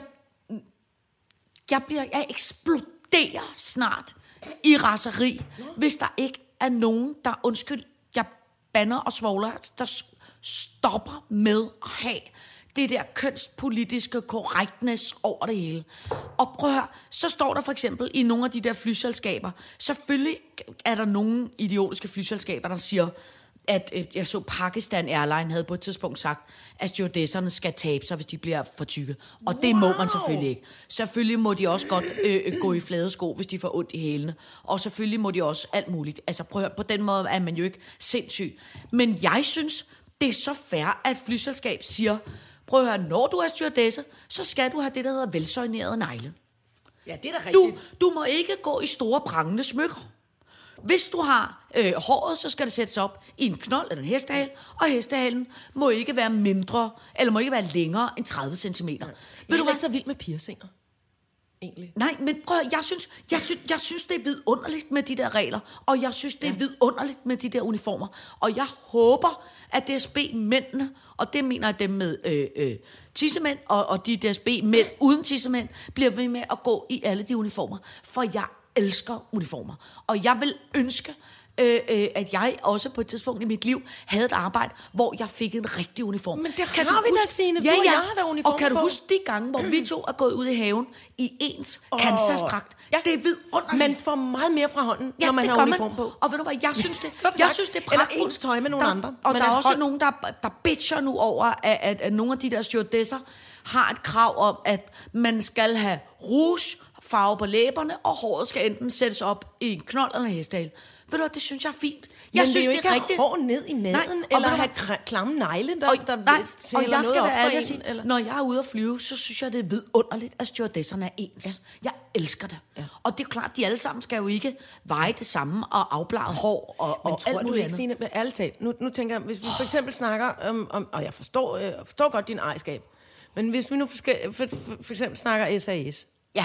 jeg, bliver, jeg eksploderer snart i raseri, hvis der ikke er nogen, der, undskyld, jeg bander og svogler, der stopper med at have det der kønspolitiske korrektness over det hele. Og prøv at høre, så står der for eksempel i nogle af de der flyselskaber, selvfølgelig er der nogle idiotiske flyselskaber, der siger, at øh, jeg så Pakistan Airline havde på et tidspunkt sagt, at stewardesserne skal tabe sig, hvis de bliver for tykke. Og wow. det må man selvfølgelig ikke. Selvfølgelig må de også godt øh, gå i flade sko, hvis de får ondt i hælene. Og selvfølgelig må de også alt muligt. Altså prøv at høre, på den måde er man jo ikke sindssyg. Men jeg synes, det er så fair, at et flyselskab siger, prøv at høre, når du er stewardesse, så skal du have det, der hedder velsøjnerede negle. Ja, det er da du, rigtigt. du må ikke gå i store prangende smykker. Hvis du har øh, håret, så skal det sættes op i en knold eller en hestehale, og hestehalen må ikke være mindre, eller må ikke være længere end tredive centimeter. Ja. Ved du hvad? Jeg er så vild med piercinger. Egentlig. Nej, men prøv at, jeg synes, jeg, synes, jeg synes, det er vidunderligt med de der regler, og jeg synes, det er ja. vidunderligt med de der uniformer. Og jeg håber, at D S B-mændene, og det mener jeg dem med øh, øh, tissemænd, og, og de D S B-mænd uden tissemænd, bliver ved med at gå i alle de uniformer. For jeg elsker uniformer. Og jeg vil ønske, øh, øh, at jeg også på et tidspunkt i mit liv havde et arbejde, hvor jeg fik en rigtig uniform. Men det kan har vi huske, da, Signe. Ja, ja. Jeg har der uniform og kan på. du huske de gange, hvor vi to er gået ud i haven i ens oh. Kansas-dragt? Ja. Det er vidunderligt. Man får meget mere fra hånden, ja, når man har uniform man. på. Og ved du hvad, jeg synes det, det jeg synes det er pragtfuldt. Eller ens tøj med nogle der, andre. Og man der er også hold... nogen, der, der bitcher nu over, at, at, at nogle af de der stewardesser har et krav om, at man skal have rouge, farve på læberne, og håret skal enten sættes op i en knold eller en hestehale. Ved du hvad, det synes jeg er fint. Jeg Men synes, det er jo ikke det er rigtigt. hår ned i maden, nej, eller have kr- klamme negle, der, og, der nej, og jeg skal være ærlig at sige, sige, når jeg er ude at flyve, så synes jeg, det er vidunderligt, at stewardesserne er ens. Ja. Jeg elsker det. Ja. Og det er klart, de alle sammen skal jo ikke veje det samme og afblare hår og, Men og tror alt du muligt ikke, Signe, men ærligt talt, nu, nu tænker jeg, hvis vi for eksempel snakker om, om og jeg forstår, jeg forstår godt din ejerskab, men hvis vi nu for, for, for, for eksempel snakker S A S, ja.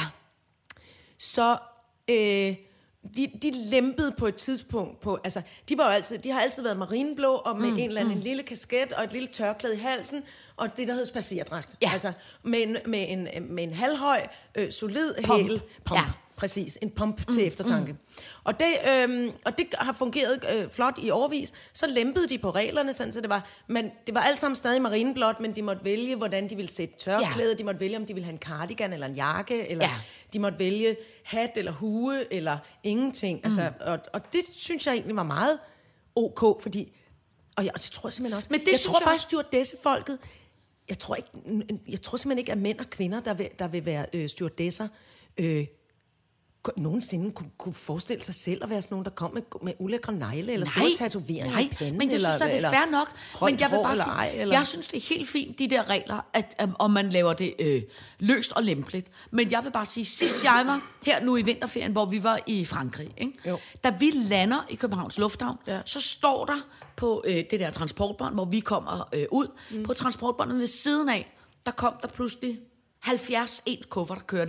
så øh, de, de lempede på et tidspunkt på, altså de var jo altid, de har altid været marineblå og med mm, en eller anden mm. lille kasket og et lille tørklæde i halsen og det der hedder spacerdragt, ja. altså med en med en med en halvhøj øh, solid pump. hæl, pump. Ja. Præcis, en pump mm, til eftertanke. Mm. Og, det, øhm, og det har fungeret øh, flot i årevis. Så lempede de på reglerne, sådan, så det var, men det var alt sammen stadig marineblåt, men de måtte vælge, hvordan de ville sætte tørklæde. Ja. De måtte vælge, om de ville have en cardigan eller en jakke, eller ja. de måtte vælge hat eller hue, eller ingenting. Mm. Altså, og, og det synes jeg egentlig var meget ok, fordi, og, jeg, og det tror jeg simpelthen også, men det jeg synes tror jeg bare, også... stewardessefolket, jeg tror, ikke, jeg tror simpelthen ikke, at mænd og kvinder, der vil, der vil være øh, stewardesser, øh, nogensinde kunne, kunne forestille sig selv at være sådan nogen, der kom med, med ulækre negle, eller store tatoveringer i panden. Men jeg synes, eller, det er fair nok. Men jeg vil bare sige, ej, eller... jeg synes, det er helt fint, de der regler, at, at, om man laver det øh, løst og lempeligt. Men jeg vil bare sige, sidst jeg var her nu i vinterferien, hvor vi var i Frankrig, ikke? Da vi lander i Københavns Lufthavn, ja. så står der på øh, det der transportbånd, hvor vi kommer øh, ud, mm. på transportbåndet ved siden af, der kom der pludselig halvfjerds ens kuffer, der kørte ind.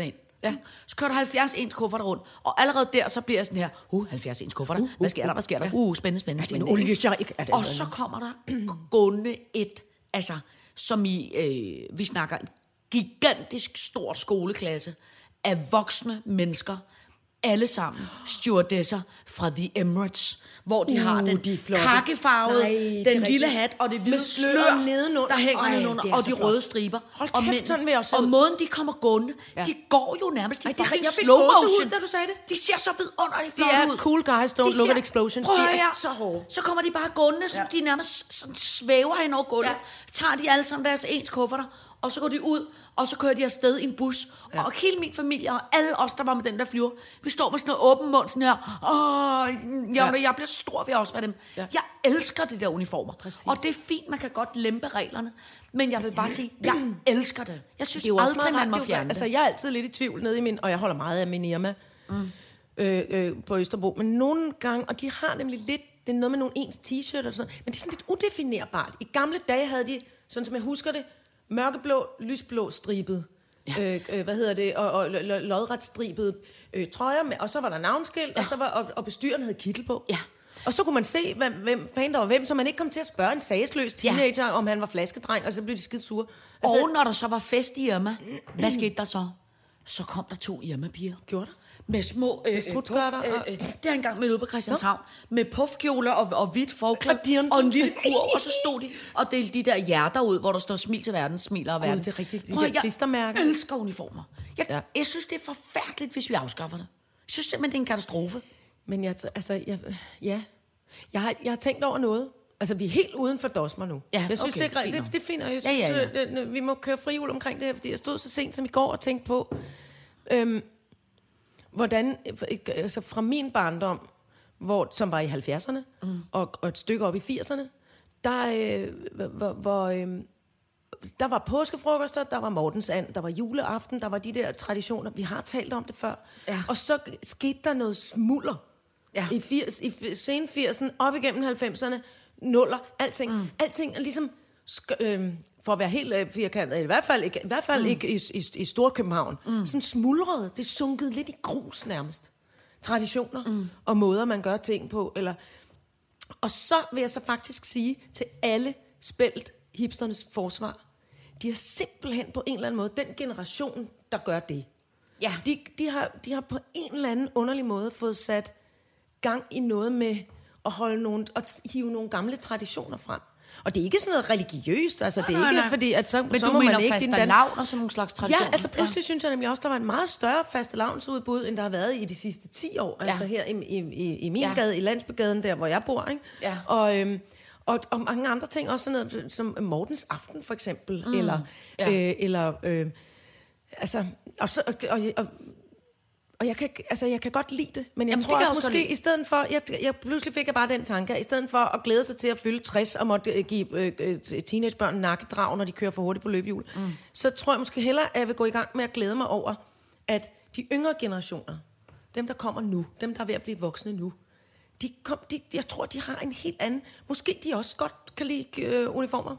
Ja. Så kører der halvfjerds ens kufferter rundt. Og allerede der, så bliver jeg sådan her, uh, halvfjerds ens kufferter. Uh, uh, hvad sker der, hvad sker der? Uh, spændende, spændende, spændende. Er det en oliesjejk? Er det og så kommer der gående et, altså, som i, øh, vi snakker en gigantisk stor skoleklasse af voksne mennesker, alle sammen stewardesser fra The Emirates, hvor de uh, har den de kakkefarvede, den lille hat og det hvide slør, nedenunder, der hænger nedenunder, og de røde striber. Hold og, kæft, sådan vil jeg også og måden de kommer gående, ja. de går jo nærmest i Ej, fucking jeg slow motion. Ud, da du sagde det. De ser så vidunderligt flot ud. De er cool guys, don't de look at explosions. Prøv de er så hårde. Så kommer de bare gående, så ja. de nærmest sådan svæver hen over gulvet. Ja. Tager de alle sammen deres ens kufferter, og så går de ud, og så kører de afsted i en bus. Ja. Og hele min familie, og alle os, der var med den der flyver, vi står med sådan noget åben mund, sådan her, åh, ja, når jeg bliver stor, vil jeg også være dem. Ja. Jeg elsker de der uniformer. Præcis. Og det er fint, man kan godt lempe reglerne, men jeg vil bare sige, jeg elsker det. Jeg synes det er aldrig, man må fjerne det. Altså, jeg er altid lidt i tvivl nede i min, og jeg holder meget af min Irma mm. øh, øh, på Østerbro, men nogle gange, og de har nemlig lidt, det er noget med nogle ens t-shirt og sådan noget, men det er sådan lidt udefinerbart. I gamle dage havde de, sådan som jeg husker det, mørkeblå, lysblå stribet, ja. øh, øh, hvad hedder det, og, og lodret stribet øh, trøjer, med, og så var der navnskilt, ja. og, så var, og, og bestyreren havde kittel på. Ja. Og så kunne man se, hvem, hvem fanden der var hvem, så man ikke kom til at spørge en sagsløs teenager, ja. om han var flaskedreng, og så blev de skide sure. Altså, og når der så var fest i Irma, hvad skete der så? Så kom der to Irma-piger. Gjorde der? Med små øh, strutskørter. Øh, øh, det er engang med ude på Christianshavn. No. Med puffkjoler og, og hvidt forklæde. Og, og en lille kur. Og så stod de og delte de der hjerter ud, hvor der står smil til verden, smiler af verden. God, det er rigtigt. De Prøv, der klistermærker. Jeg elsker uniformer. Jeg, ja. jeg synes, det er forfærdeligt, hvis vi afskaffer det. Jeg synes simpelthen, det er en katastrofe. Men jeg, altså, jeg, ja. Jeg har, jeg har tænkt over noget. Altså, vi er helt uden for dosmer nu. Ja, jeg synes, okay, det er det, det finder jeg. Synes, ja, ja, ja. Det, det, vi må køre frihjul omkring det her, fordi jeg stod så sent som i går og tænkte på, øhm, hvordan, altså fra min barndom, hvor, som var i halvfjerdserne, mm. og, og et stykke op i firserne, der, øh, hvor, hvor øh, der var påskefrokoster, der var mortensand, der var juleaften, der var de der traditioner, vi har talt om det før. Ja. Og så skete der noget smulder ja. i, firs, i sen firserne, op igennem halvfemserne, nuller, alting. Mm. Alting er ligesom, sk- øh, for at være helt øh, firkantet, i hvert fald ikke, i, hvert fald mm. ikke i, i, i Storkøbenhavn, mm. sådan smuldrede, det sunkede lidt i grus nærmest. Traditioner mm. og måder, man gør ting på. Eller... Og så vil jeg så faktisk sige til alle spældt hipsternes forsvar, de har simpelthen på en eller anden måde, den generation, der gør det, ja. de, de, har, de har på en eller anden underlig måde fået sat gang i noget med at holde nogle, at hive nogle gamle traditioner frem. Og det er ikke sådan noget religiøst, altså nej, det er ikke nej, nej. fordi, at så, men så du må mener man ikke... fastelavn og sådan nogle slags traditioner? Ja, altså pludselig ja. synes jeg nemlig også, der var en meget større fastelavnsudbud, end der har været i de sidste ti år, ja. altså her i, i, i, i min ja. gade, i Landsbygaden, der hvor jeg bor, ikke? Ja. Og, øhm, og, og mange andre ting, også sådan noget som Mortens Aften for eksempel, mm. eller... Ja. Øh, eller øh, altså, og så... Og, og, og, Og jeg kan, altså, jeg kan godt lide det, men jeg Jamen, tror også, også måske, i stedet for, jeg, jeg pludselig fik jeg bare den tanke, i stedet for at glæde sig til at fylde tres og måtte uh, give uh, teenagebørn nakkedrag, når de kører for hurtigt på løbehjul, mm. så tror jeg måske hellere, at jeg vil gå i gang med at glæde mig over, at de yngre generationer, dem der kommer nu, dem der er ved at blive voksne nu, de kom, de, jeg tror, de har en helt anden, måske de også godt kan lide uh, uniformer.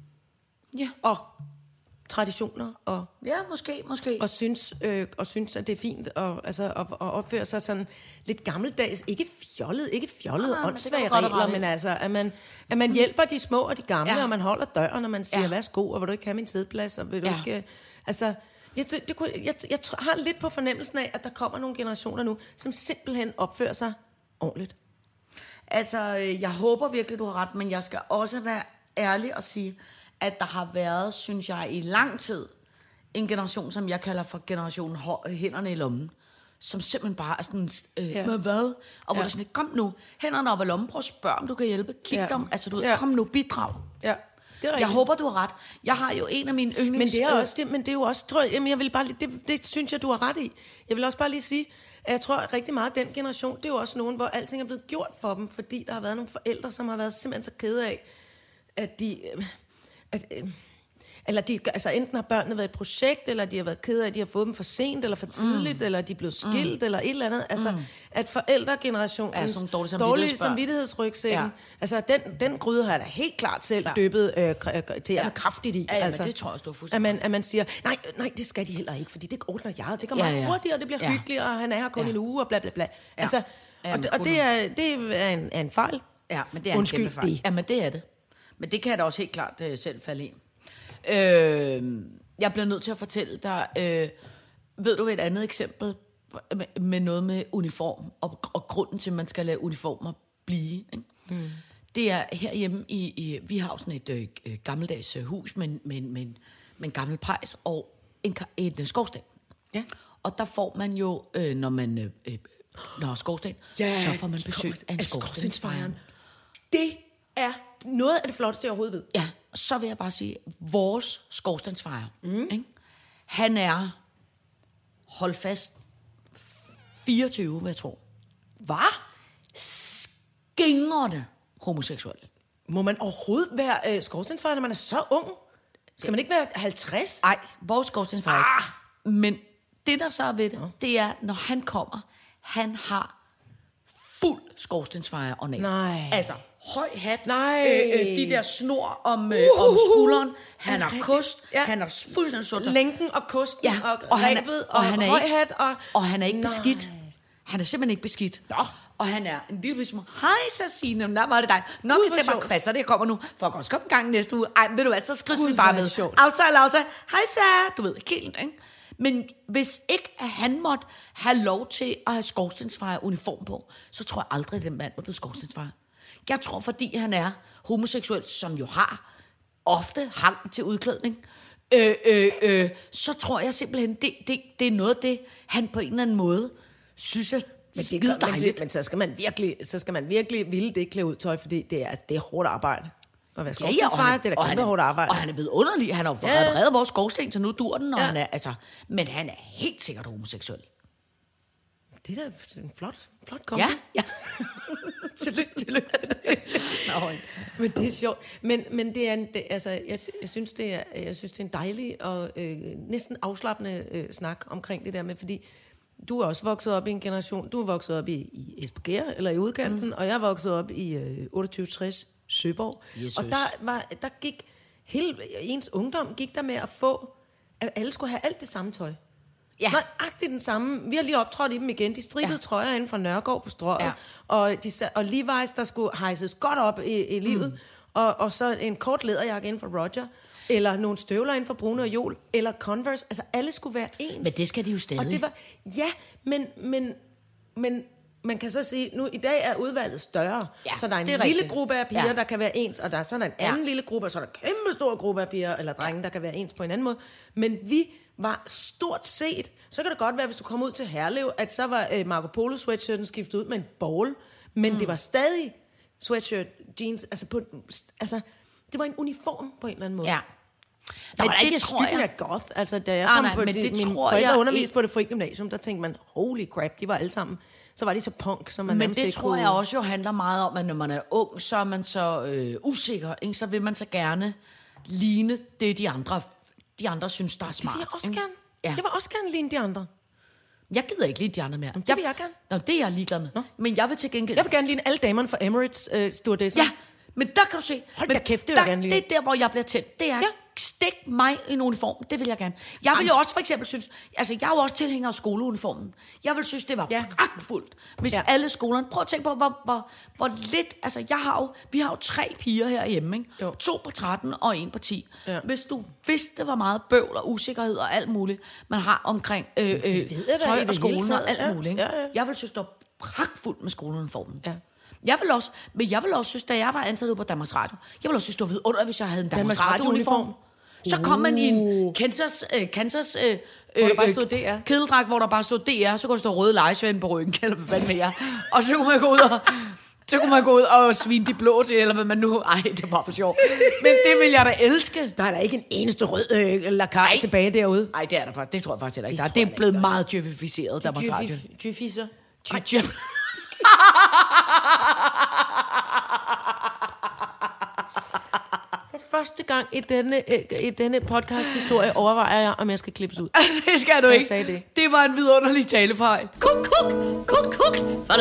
Ja. Og traditioner og ja måske måske og synes øh, og synes at det er fint og altså at, at opføre sig sådan lidt gammeldags, ikke fjollet, ikke fjollet ah, åndssvage regler, men altså at man at man hjælper de små og de gamle, ja. og man holder døren, og man siger ja. værsgo, og vil du ikke have min sædeplads, og vil du ja. ikke altså jeg, det kunne, jeg, jeg har lidt på fornemmelsen af, at der kommer nogle generationer nu, som simpelthen opfører sig ordentligt. Altså jeg håber virkelig du har ret, men jeg skal også være ærlig og sige, at der har været, synes jeg, i lang tid, en generation, som jeg kalder for generationen hænderne i lommen, som simpelthen bare er sådan, øh, ja. med hvad? Og hvor ja. det sådan, kom nu, hænderne op i lommen, prøv at spørge, om du kan hjælpe, kig ja. dem, altså du ja. kom nu, bidrag. Ja. Det er jeg håber, du har ret. Jeg har jo en af mine yndlings... Men det er, også, det, men det er jo også, tror jeg, jamen jeg vil bare, det, det synes jeg, du har ret i. Jeg vil også bare lige sige, at jeg tror at rigtig meget, at den generation, det er jo også nogen, hvor alting er blevet gjort for dem, fordi der har været nogle forældre, som har været simpelthen så kede af, at de... At, eller de, altså enten har børnene været i projekt, eller de har været ked af, at de har fået dem for sent, eller for tidligt, mm. eller de er blevet skilt, mm. eller et eller andet. Altså, mm. at forældregenerationens ja, dårlige dårlige samvittighedsrygsækken, ja. altså den, den gryde har jeg da helt klart selv ja. døbet øh, k- til ja. kraftigt i. Ja, ja, altså, men det tror jeg, du har at man, at man siger, nej, nej, det skal de heller ikke, fordi det ordner jeg, det går meget ja, ja. hurtigt, og det bliver ja. hyggeligt, og han er her kun ja. en uge, og bla bla bla. Ja. Altså, ja, og, og det er, det er en, er en fejl. Ja, men det er Undskyld, en kæmpe fejl. Det. Ja, men det er det. Men det kan jeg da også helt klart øh, selv falde i. Øh, jeg bliver nødt til at fortælle dig, øh, ved du et andet eksempel med, med noget med uniform, og, og grunden til, at man skal lade uniformer blive, ikke? Mm. Det er herhjemme i, i vi har sådan et øh, gammeldags hus med, med, med, med en gammel pejs og en, en, en skorsten. Ja. Og der får man jo, øh, når man øh, når skorsten, ja, så får man besøg af en skorstensfejren. Det er noget af det flotteste, jeg overhovedet ved. Ja, så vil jeg bare sige, vores skorstensfejer, mm. ikke? Han er, hold fast, fireogtyve, vil jeg tro. Hvad? Skingerne homoseksuel. Må man overhovedet være øh, skorstensfejer, når man er så ung? Skal man ikke være halvtreds? Nej, vores skorstensfejer. Ah. Men det, der så er ved det, ja. det er, når han kommer, han har fuld skorstensfejer og næb. Nej. Altså, høj hat, Nej. Øh, øh, de der snor om, øh, uh, om skulderen, han har kost, ja. han har fuldstændig sort. Lænken og kosten ja. og, og rebet og, og, han er høj ikke, hat. Og, og han er ikke Nej. beskidt. Han er simpelthen ikke beskidt. Nå. Og han er en lille smule, hej så Signe, nå var det dig. Nå, vi tager bare kvasser, det kommer nu, for at også komme i gang næste uge. Ej, ved du hvad, så skrives vi bare med. Aftale, aftale, hej så, du ved, helt, ikke? Men hvis ikke at han måtte have lov til at have skorstensfejer uniform på, så tror jeg aldrig, at den mand var blevet skorstensfejer. Jeg tror, fordi han er homoseksuel, som jo har ofte hang til udklædning, øh, øh, øh, så tror jeg simpelthen, det, det, det er noget af det, han på en eller anden måde synes er skide dejligt. Men, men så skal man virkelig, så skal man virkelig ville det klæde ud tøj, fordi det er, det er hårdt arbejde. Og hvad ja, ja, og han, det er da kæmpe hårdt arbejde. Og han er vidunderlig. Han har jo ja. reparet vores skorsten, så nu dur den, og ja. han er, altså, men han er helt sikkert homoseksuel. Det er da en flot, flot kombi. Ja, ja. Tillykke, tillykke. Men det er sjovt. Men, men det er en, det, altså, jeg, jeg, synes, det er, jeg synes, det er en dejlig og øh, næsten afslappende øh, snak omkring det der med, fordi du er også vokset op i en generation, du er vokset op i, i Esbjerg, eller i udkanten, mm. og jeg er vokset op i øh, otteogtyve tres Søborg. Jesus. Og der, var, der gik, hele ens ungdom gik der med at få, at alle skulle have alt det samme tøj. Ja. Nøjagtigt den samme. Vi har lige optrådt i dem igen. De stribede ja. trøjer inden fra Nørregård på Strøget. Ja. Og, de, og Levi's, der skulle hejses godt op i, i livet. Mm. Og, og så en kort læderjakke inden for Roger. Eller nogle støvler inden for Bruno og Jol. Eller Converse. Altså alle skulle være ens. Men det skal de jo stadig. Og det var, ja, men, men, men man kan så sige, nu i dag er udvalget større. Ja, så der er en er lille rigtigt. gruppe af piger, ja. der kan være ens. Og der er så der en anden ja. lille gruppe, og så er der en kæmpe stor gruppe af piger, eller drenge, ja. der kan være ens på en anden måde. Men vi var stort set, så kan det godt være, hvis du kom ud til Herlev, at så var øh, Marco Polo sweatshirten skiftet ud med en ball, men mm. det var stadig sweatshirt, jeans, altså, på, altså det var en uniform på en eller anden måde. Ja. Der men var det ikke skyggen af goth, altså da jeg ah, kom nej, på men det, det min forældre underviste på det frie gymnasium, der tænkte man, holy crap, de var alle sammen, så var de så punk, som man men nærmest det ikke tror kunne. Jeg også jo handler meget om, at når man er ung, så er man så øh, usikker, ikke? Så vil man så gerne ligne det, de andre, de andre synes, der er smart. Det vil jeg også ikke? gerne. Ja. Jeg vil også gerne ligne de andre. Jeg gider ikke lide de andre mere. Jamen, det vil jeg gerne. Nå, det er jeg ligeglad med. Nå. Men jeg vil til gengæld... Jeg vil gerne ligne alle damerne fra Emirates øh, stewardesser. Ja, men der kan du se... Hold men da kæft, det vil der, jeg gerne lide. Det er der, hvor jeg bliver tændt. Det er... Ja. Stik mig i en uniform, det vil jeg gerne. Jeg vil jo også for eksempel synes, altså jeg er jo også tilhænger af skoleuniformen. Jeg vil synes, det var ja. pragtfuldt, hvis ja. alle skolerne, prøv at tænke på, hvor, hvor, hvor lidt, altså jeg har jo, vi har jo tre piger herhjemme, ikke? Jo. To på tretten og en på ti. Ja. Hvis du vidste, hvor meget bøvl og usikkerhed og alt muligt, man har omkring øh, øh, tøj og skolen og alt muligt. Ikke? Ja, ja. Jeg vil synes, det var pragtfuldt med skoleuniformen. Ja. Jeg vil også, men jeg vil også synes, da jeg var ansat ude på Danmarks Radio, jeg vil også synes, det var vidunderligt, hvis jeg havde en Danmarks, Danmarks Radio-uniform. Så kom man i en Kansas, øh, Kansas øh, hvor der bare stod D R. Kedeldragt, hvor der bare stod D R, så kunne der stå røde lejesvend på ryggen, eller hvad med jer. Og så kunne man gå ud og, så kunne man gå ud og svine de blå til, eller hvad man nu... Ej, det var for sjov. Men det vil jeg da elske. Der er der ikke en eneste rød øh, lakaj tilbage derude. Nej, det er der faktisk. Det tror jeg faktisk heller ikke. Det, det er blevet ikke, meget djøfificeret, der var radio. Djøfisser? Djøf. første gang i denne, i denne podcast-historie overvejer jeg, om jeg skal klippes ud. Det skal du Jeg ikke. sagde det. Det var en vidunderlig talefejl. Kuk, kuk, kuk, kuk.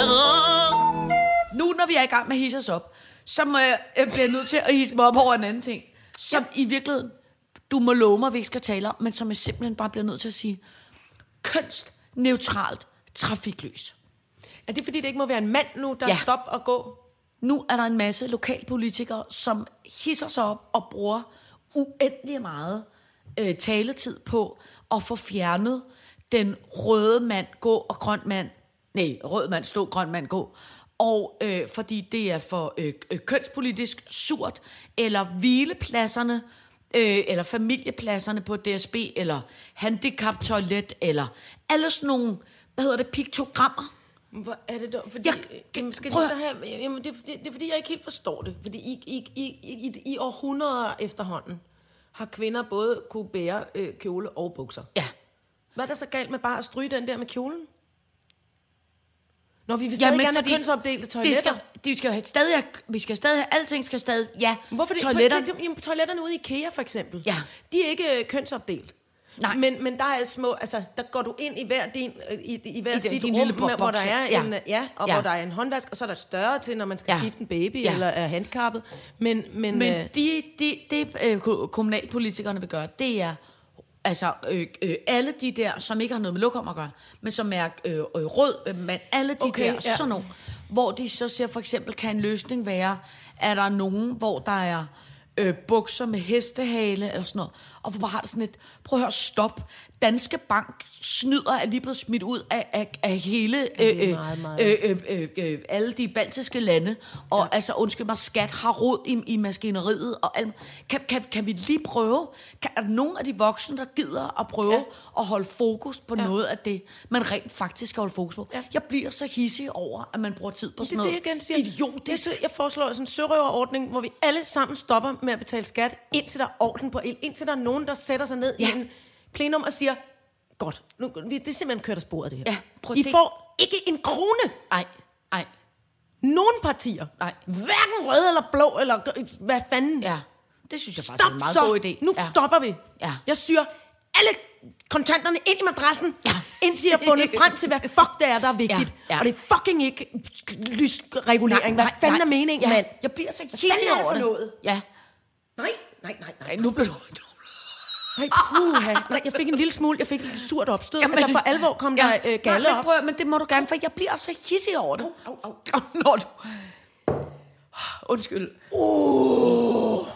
Nu, når vi er i gang med at hisse os op, så må jeg, jeg bliver nødt til at hisse mig op over en anden ting, som ja. i virkeligheden, du må love mig, vi ikke skal tale om, men som jeg simpelthen bare bliver nødt til at sige, kønsneutralt trafiklys. Er det fordi, det ikke må være en mand nu, der Ja. ja. stop og gå? Nu er der en masse lokalpolitikere, som hisser sig op og bruger uendelig meget øh, taletid på at få fjernet den røde mand gå og grøn mand, nej, rød mand stå, grøn mand gå, og øh, fordi det er for øh, øh, kønspolitisk surt, eller hvilepladserne, øh, eller familiepladserne på D S B, eller handicaptoilet, eller alle sådan nogle, hvad hedder det, piktogrammer. Hvor er det dog? Fordi, Jeg- jeg, jamen, skal de prøv så at- have, jamen, det, er fordi, det er fordi, jeg ikke helt forstår det. Fordi i, i, i, i, i århundreder efterhånden har kvinder både kunne bære øh, kjole og bukser. Ja. Hvad er der så galt med bare at stryge den der med kjolen? Når vi vil stadig Jamen, gerne have fordi kønsopdelte Det toiletter. skal, de skal have stadig, have- vi skal stadig have, alting skal stadig, ja, Hvorfor det? toiletter. På, jamen, toiletterne ude i IKEA for eksempel. Ja. De er ikke øh, kønsopdelt. Nej. Men, men der er små, altså, der går du ind i hver din, øh, i, i hver I sit din rum, lille med, hvor der boks, er ja. en, øh, ja, og Ja. hvor der er en håndvask, og så er der et større til, når man skal Ja. ja. skifte en baby, Ja. ja. eller er handicappet. Men, men, Men øh, de, de, det øh, ko- kommunalpolitikerne vil gøre, det er altså øh, øh, alle de der, som ikke har noget med lokum at gøre, men som er øh, øh, rød, øh, men alle de Okay, der, ja. sådan nogle, hvor de så siger for eksempel, kan en løsning være, er der nogen, hvor der er øh, bukser med hestehale, eller sådan noget, og hvor bare har det sådan et, prøv at høre, stop. Danske Bank snyder er lige blevet smidt ud af, af, af hele, øh, det er øh, meget, meget. øh, øh, øh, øh, alle de baltiske lande, og ja. altså, undskyld mig, skat har råd i, i maskineriet, og alt. Kan, kan, kan vi lige prøve, kan, er der nogen af de voksne, der gider at prøve ja. at holde fokus på ja. noget af det, man rent faktisk skal holde fokus på? Ja. Jeg bliver så hissig over, at man bruger tid på det sådan er det, noget jeg gerne siger. idiotisk. Det, jeg foreslår sådan en sørøverordning, hvor vi alle sammen stopper med at betale skat, indtil der er orden på el, indtil der er nogen, der sætter sig ned Ja. i en plenum og siger, godt, nu, vi- det er simpelthen kørt af sporet, det her. Ja, prøv I det- får ikke en krone. Ej, ej, Nogen partier. Nej. Hverken rød eller blå, eller g- hvad fanden. ja. Det synes jeg faktisk Stop er en meget så. god idé. Nu ja. stopper vi. Ja. Jeg syr alle kontanterne ind i madrassen, ja. indtil jeg har fundet frem til, hvad fuck det er, der er vigtigt. Ja, ja. Og det er fucking ikke lysregulering. Hvad fanden er meningen, ja. mand? Jeg bliver så fanden hissig er det over for det. noget? Ja. Nej, nej, nej, nej. Ej, nu blev du... Nej, puha. Nej, jeg fik en lille smule, jeg fik et surt opstød. Jamen, altså for alvor kom der ja, øh, galle nej, men op. prøv, at- men det må du gerne, for jeg bliver så hissig over det. Au, au, au. Når du... Undskyld. Uh.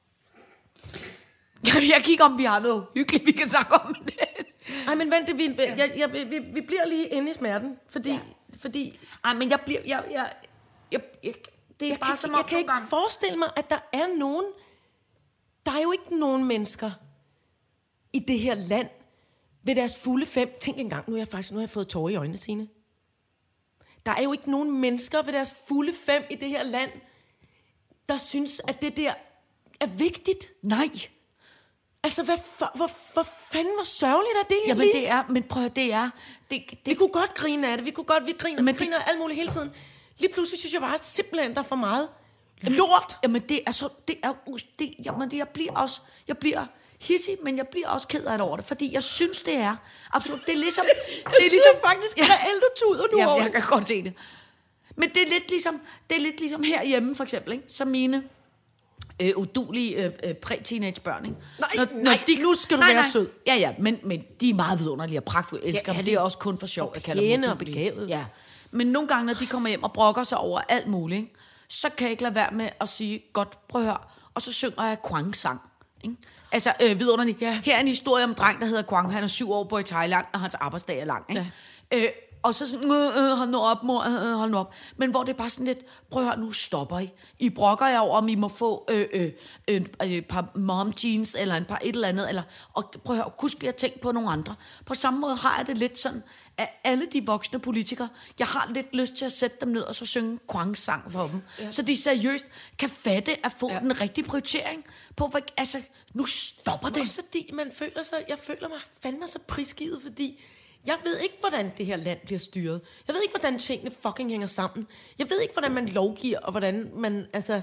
Jeg, jeg kigger om, vi har noget hyggeligt, vi kan snakke om det. Nej, men vent, det, vi, jeg, jeg, vi, vi bliver lige inde i smerten, fordi... Ja. fordi Ej, men jeg bliver... Jeg, jeg, jeg, jeg, det er jeg bare kan, som jeg om kan ikke gange. forestille mig, at der er nogen... Der er jo ikke nogen mennesker i det her land ved deres fulde fem... Tænk engang, nu har jeg faktisk nu har jeg fået tårer i øjnene, Tine. Der er jo ikke nogen mennesker ved deres fulde fem i det her land, der synes, at det der er vigtigt. Nej. Altså, hvad for, hvor, hvor fanden, hvor sørgeligt er det Jamen, egentlig? det er... Men prøv at, det er... Det, det, Vi kunne godt grine af det. Vi kunne godt, vi griner, Men men det- vi griner alt muligt hele tiden. Lige pludselig synes jeg bare, at simpelthen der er for meget lort. Jamen, det er så... Det er... Det, jamen, det, jeg bliver også... Jeg bliver hissig, men jeg bliver også ked af det over det, fordi jeg synes, det er absolut... Det er ligesom... det er ligesom faktisk reelt og tuder nu Jamen, over. jeg kan godt se det. Men det er lidt ligesom, det er lidt ligesom herhjemme, for eksempel, ikke? Som mine øh, udulige øh, øh, præ-teenage-børn, ikke? Nej, nej, nu skal du nej, være nej. sød. Ja, ja, men, men de er meget vidunderlige og pragtfulde. Jeg elsker Ja, dem. det Det er er også kun for sjov, jeg kalder pæne dem og udulige. begavede. Ja. Men nogle gange, når de kommer hjem og brokker sig over alt muligt, ikke? Så kan jeg ikke lade være med at sige, godt, prøv at høre. Og så synger jeg Kwang-sang. Ikke? Altså, øh, vidunderligt. Ja. Her er en historie om en dreng, der hedder Kwang. Han er syv år på i Thailand, og hans arbejdsdag er lang. Ikke? Ja. Øh, og så sådan, øh, øh, hold nu op, mor, øh, hold nu op. Men hvor det er bare sådan lidt, prøv at høre, nu stopper I. I brokker jer over, om I må få øh, øh, øh, et par mom jeans, eller en par et eller andet, eller, og prøv at høre, husk lige at tænke på nogle andre. På samme måde har jeg det lidt sådan, at alle de voksne politikere, jeg har lidt lyst til at sætte dem ned, og så synge Kwang-sang for dem. Ja. Så de seriøst kan fatte at få ja. den rigtige prioritering på, hvad, altså, nu stopper det. Også fordi man føler sig, jeg føler mig fandme så prisgivet, fordi jeg ved ikke, hvordan det her land bliver styret. Jeg ved ikke, hvordan tingene fucking hænger sammen. Jeg ved ikke, hvordan man lovgiver, og hvordan man, altså,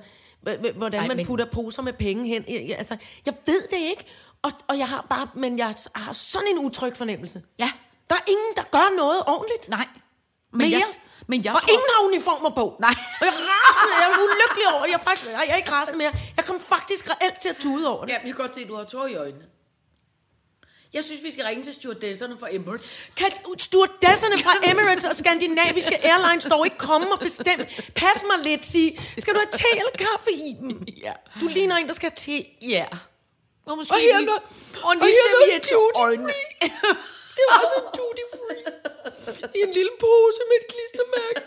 hvordan Ej, man men- putter poser med penge hen. Jeg, jeg, altså, jeg ved det ikke, og, og jeg har bare, men jeg har sådan en utryg fornemmelse. Ja. Der er ingen, der gør noget ordentligt. Nej. Men jeg, jeg, men jeg og tror... ingen har uniformer på. Nej. Og jeg er rasende, jeg er ulykkelig over det. Jeg er, faktisk, jeg er ikke rasende mere. Jeg kom faktisk reelt til at tude over det. Ja, jeg kan godt se, at du har tår i øjnene. Jeg synes, vi skal ringe til stewardesserne fra Emirates. Kan stewardesserne fra Emirates og skandinaviske airlines dog ikke komme og bestemme? Pas mig lidt, sige, skal du have te eller kaffe i dem? Ja. Du ligner en, der skal have te. Ja. Og måske Og her er lige- noget, og en og lille her er noget serviet til duty øjnene. free. Det var så duty free. I en lille pose med et klistermærke.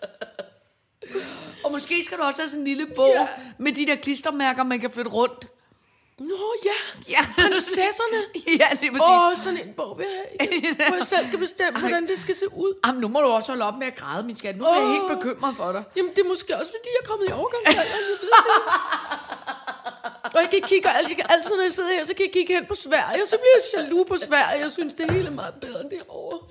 Og måske skal du også have sådan en lille bog Ja. med de der klistermærker, man kan flytte rundt. Nå ja, Ja. prinsesserne. Ja, lige præcis. Åh, oh, sådan en bog vil jeg have. Hvor jeg selv kan bestemme, hvordan det skal se ud. Jamen, nu må du også holde op med at græde, min skat. Nu er jeg Åh. helt bekymret for dig. Jamen, det er måske også, fordi jeg er kommet i overgangsalderen. Jeg ved det. Og jeg kan kigge, jeg kan altid, når jeg sidder her, så kan jeg kigge hen på Sverige, og så bliver jeg jaloux på Sverige. Jeg synes, det hele er meget bedre end derovre.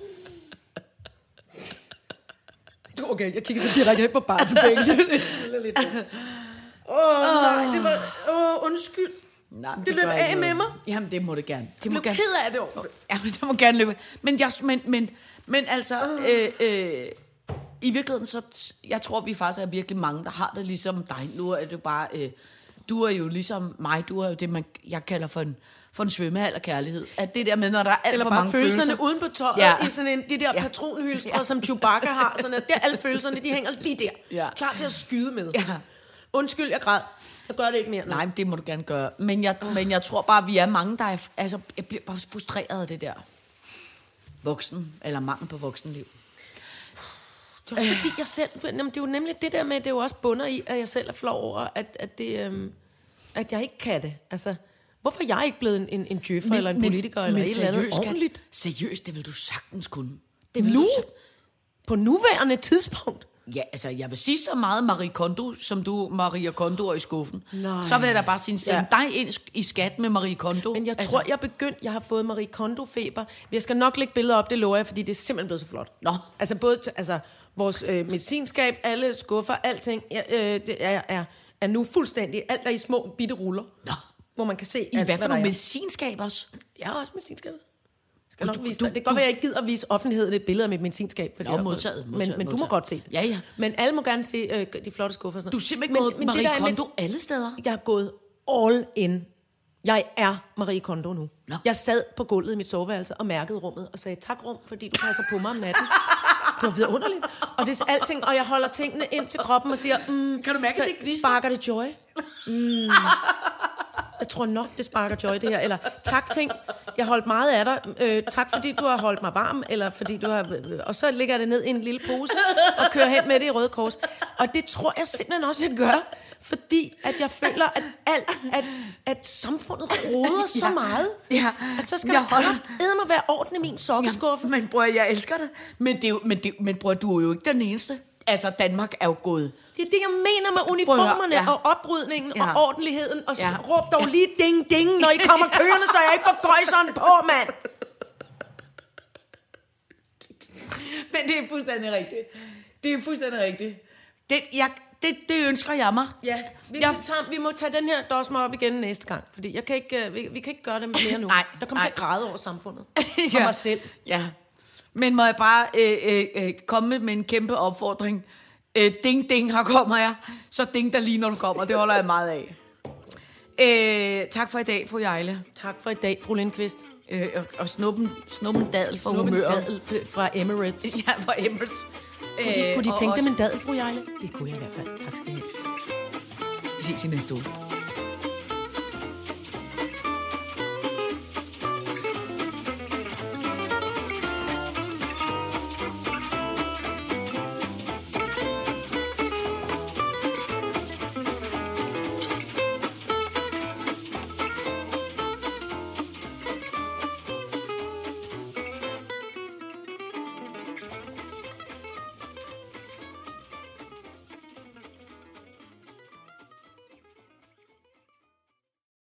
Okay, jeg kigger så direkte hen på Bartebæk. Det er lidt Åh, oh, nej, det var... Åh, oh, undskyld. Nej, Det løb gør af ikke med noget. mig. Jamen, det må det gerne. Det Jeg må blev gerne. ked af det over det. Ja, men det må gerne løbe. Men, jeg, men, men, men altså, øh, øh, i virkeligheden, så t- jeg tror, vi faktisk er virkelig mange, der har det ligesom dig. Nu er det bare, øh, du er jo ligesom mig, du er jo det, man, jeg kalder for en, for en svømmehal af kærlighed. At det der med, når der er alt Eller for bare mange følelserne følelser. uden på tøjet, Ja. ja. i sådan en, de der Ja. ja. patronhylstre, ja. som Chewbacca har. Sådan at der alle følelserne, de hænger lige der. Ja. Klar til at skyde med. Ja. Undskyld, jeg græd. Jeg gør det ikke mere. Nej, men det må du gerne gøre. Men jeg, men jeg tror bare, vi er mange, der er... Altså, jeg bliver bare frustreret af det der voksen, eller mangel på voksenliv. Det er også fordi, jeg selv... Jamen, det er jo nemlig det der med, det er jo også bunder i, at jeg selv er flov over, at, at, det, øhm, at jeg ikke kan det. Altså, hvorfor er jeg ikke blevet en, en, en djøffer eller en politiker eller et eller andet skat, ordentligt? Seriøst, det vil du sagtens kunne. Det vil nu? du sag- På nuværende tidspunkt? Ja, altså, jeg vil sige så meget Marie Kondo, som du, Maria Kondo, er i skuffen. Nej. Så vil jeg da bare sige, send Ja. dig ind i skat med Marie Kondo. Men jeg altså, tror, jeg er begyndt, jeg har fået Marie Kondo-feber. Jeg skal nok lægge billeder op, det lover jeg, fordi det er simpelthen blevet så flot. Nå. Altså både til, altså, vores øh, medicinskab, alle skuffer, alting ja, øh, det er, er, er nu fuldstændig, alt er i små bitte ruller. Nå. Hvor man kan se I alt, hvad for der nogle er. medicinskab også? Jeg har også medicinskab. Skal Du- nok vise du- dig. Det kan godt du- være, jeg ikke gider at vise offentligheden et billede af mit medicinskab. Fordi Nå, jeg, modtaget, men, modtaget, men du må modtaget. godt se det. Ja, ja. Men alle må gerne se øh, de flotte skuffer. Og sådan Du er noget. simpelthen gået Marie det der er med- Kondo alle steder. Jeg er gået all in. Jeg er Marie Kondo nu. Nå. Jeg sad på gulvet i mit soveværelse og mærkede rummet og sagde, tak rum, fordi du passer på mig om natten. Det var vidunderligt. Og det er alting, og jeg holder tingene ind til kroppen og siger, mm, Kan du mærke, så at det gnister? sparker det joy? Mm. Jeg tror nok, det sparker joy, det her. Eller tak, ting. Jeg holdt meget af dig. Øh, tak, fordi du har holdt mig varm. Eller fordi du har... Øh, og så lægger jeg det ned i en lille pose og kører hen med det i Røde Kors. Og det tror jeg simpelthen også, jeg gør. Fordi at jeg føler, at alt, at, at samfundet roder så Ja. meget. Ja. At så skal Jeg der holder- kraftedeme være orden i min sokkeskuffe. Men bror, jeg elsker det. Men, det er jo, men, det, men bror, du er jo ikke den eneste. Altså, Danmark er jo gået. Det er det, jeg mener med Prøv at uniformerne høre, ja. og oprydningen Ja. og ordentligheden. Og Ja. ja. råb dog lige ding ding, når I kommer kørende, så jeg ikke får gøjseren på, mand. Men det er fuldstændig rigtigt. Det er fuldstændig rigtigt. Det, jeg, det, det ønsker jeg mig. Ja, vi, Jeg- jeg... tager, vi må tage den her dosmer op igen næste gang, fordi jeg kan ikke, uh, vi, vi kan ikke gøre det mere nu. Nej, jeg kommer nej. til at græde over samfundet. Ja. Og mig selv. Ja. Men må jeg bare øh, øh, øh, komme med en kæmpe opfordring. Øh, ding, ding, her kommer jeg. Så ding der lige, når du kommer. Det holder jeg meget af. Øh, tak for i dag, fru Jejle. Tak for i dag, fru Lindqvist. Øh, og, og snuppen, snuppen dadel for Snuppen humøret. dadel fra Emirates. Ja, fra Emirates. Kunne de, kunne de og tænke også- dem en dadel, fru Jejle? Det kunne jeg i hvert fald. Tak skal I have. Vi ses i næste uge.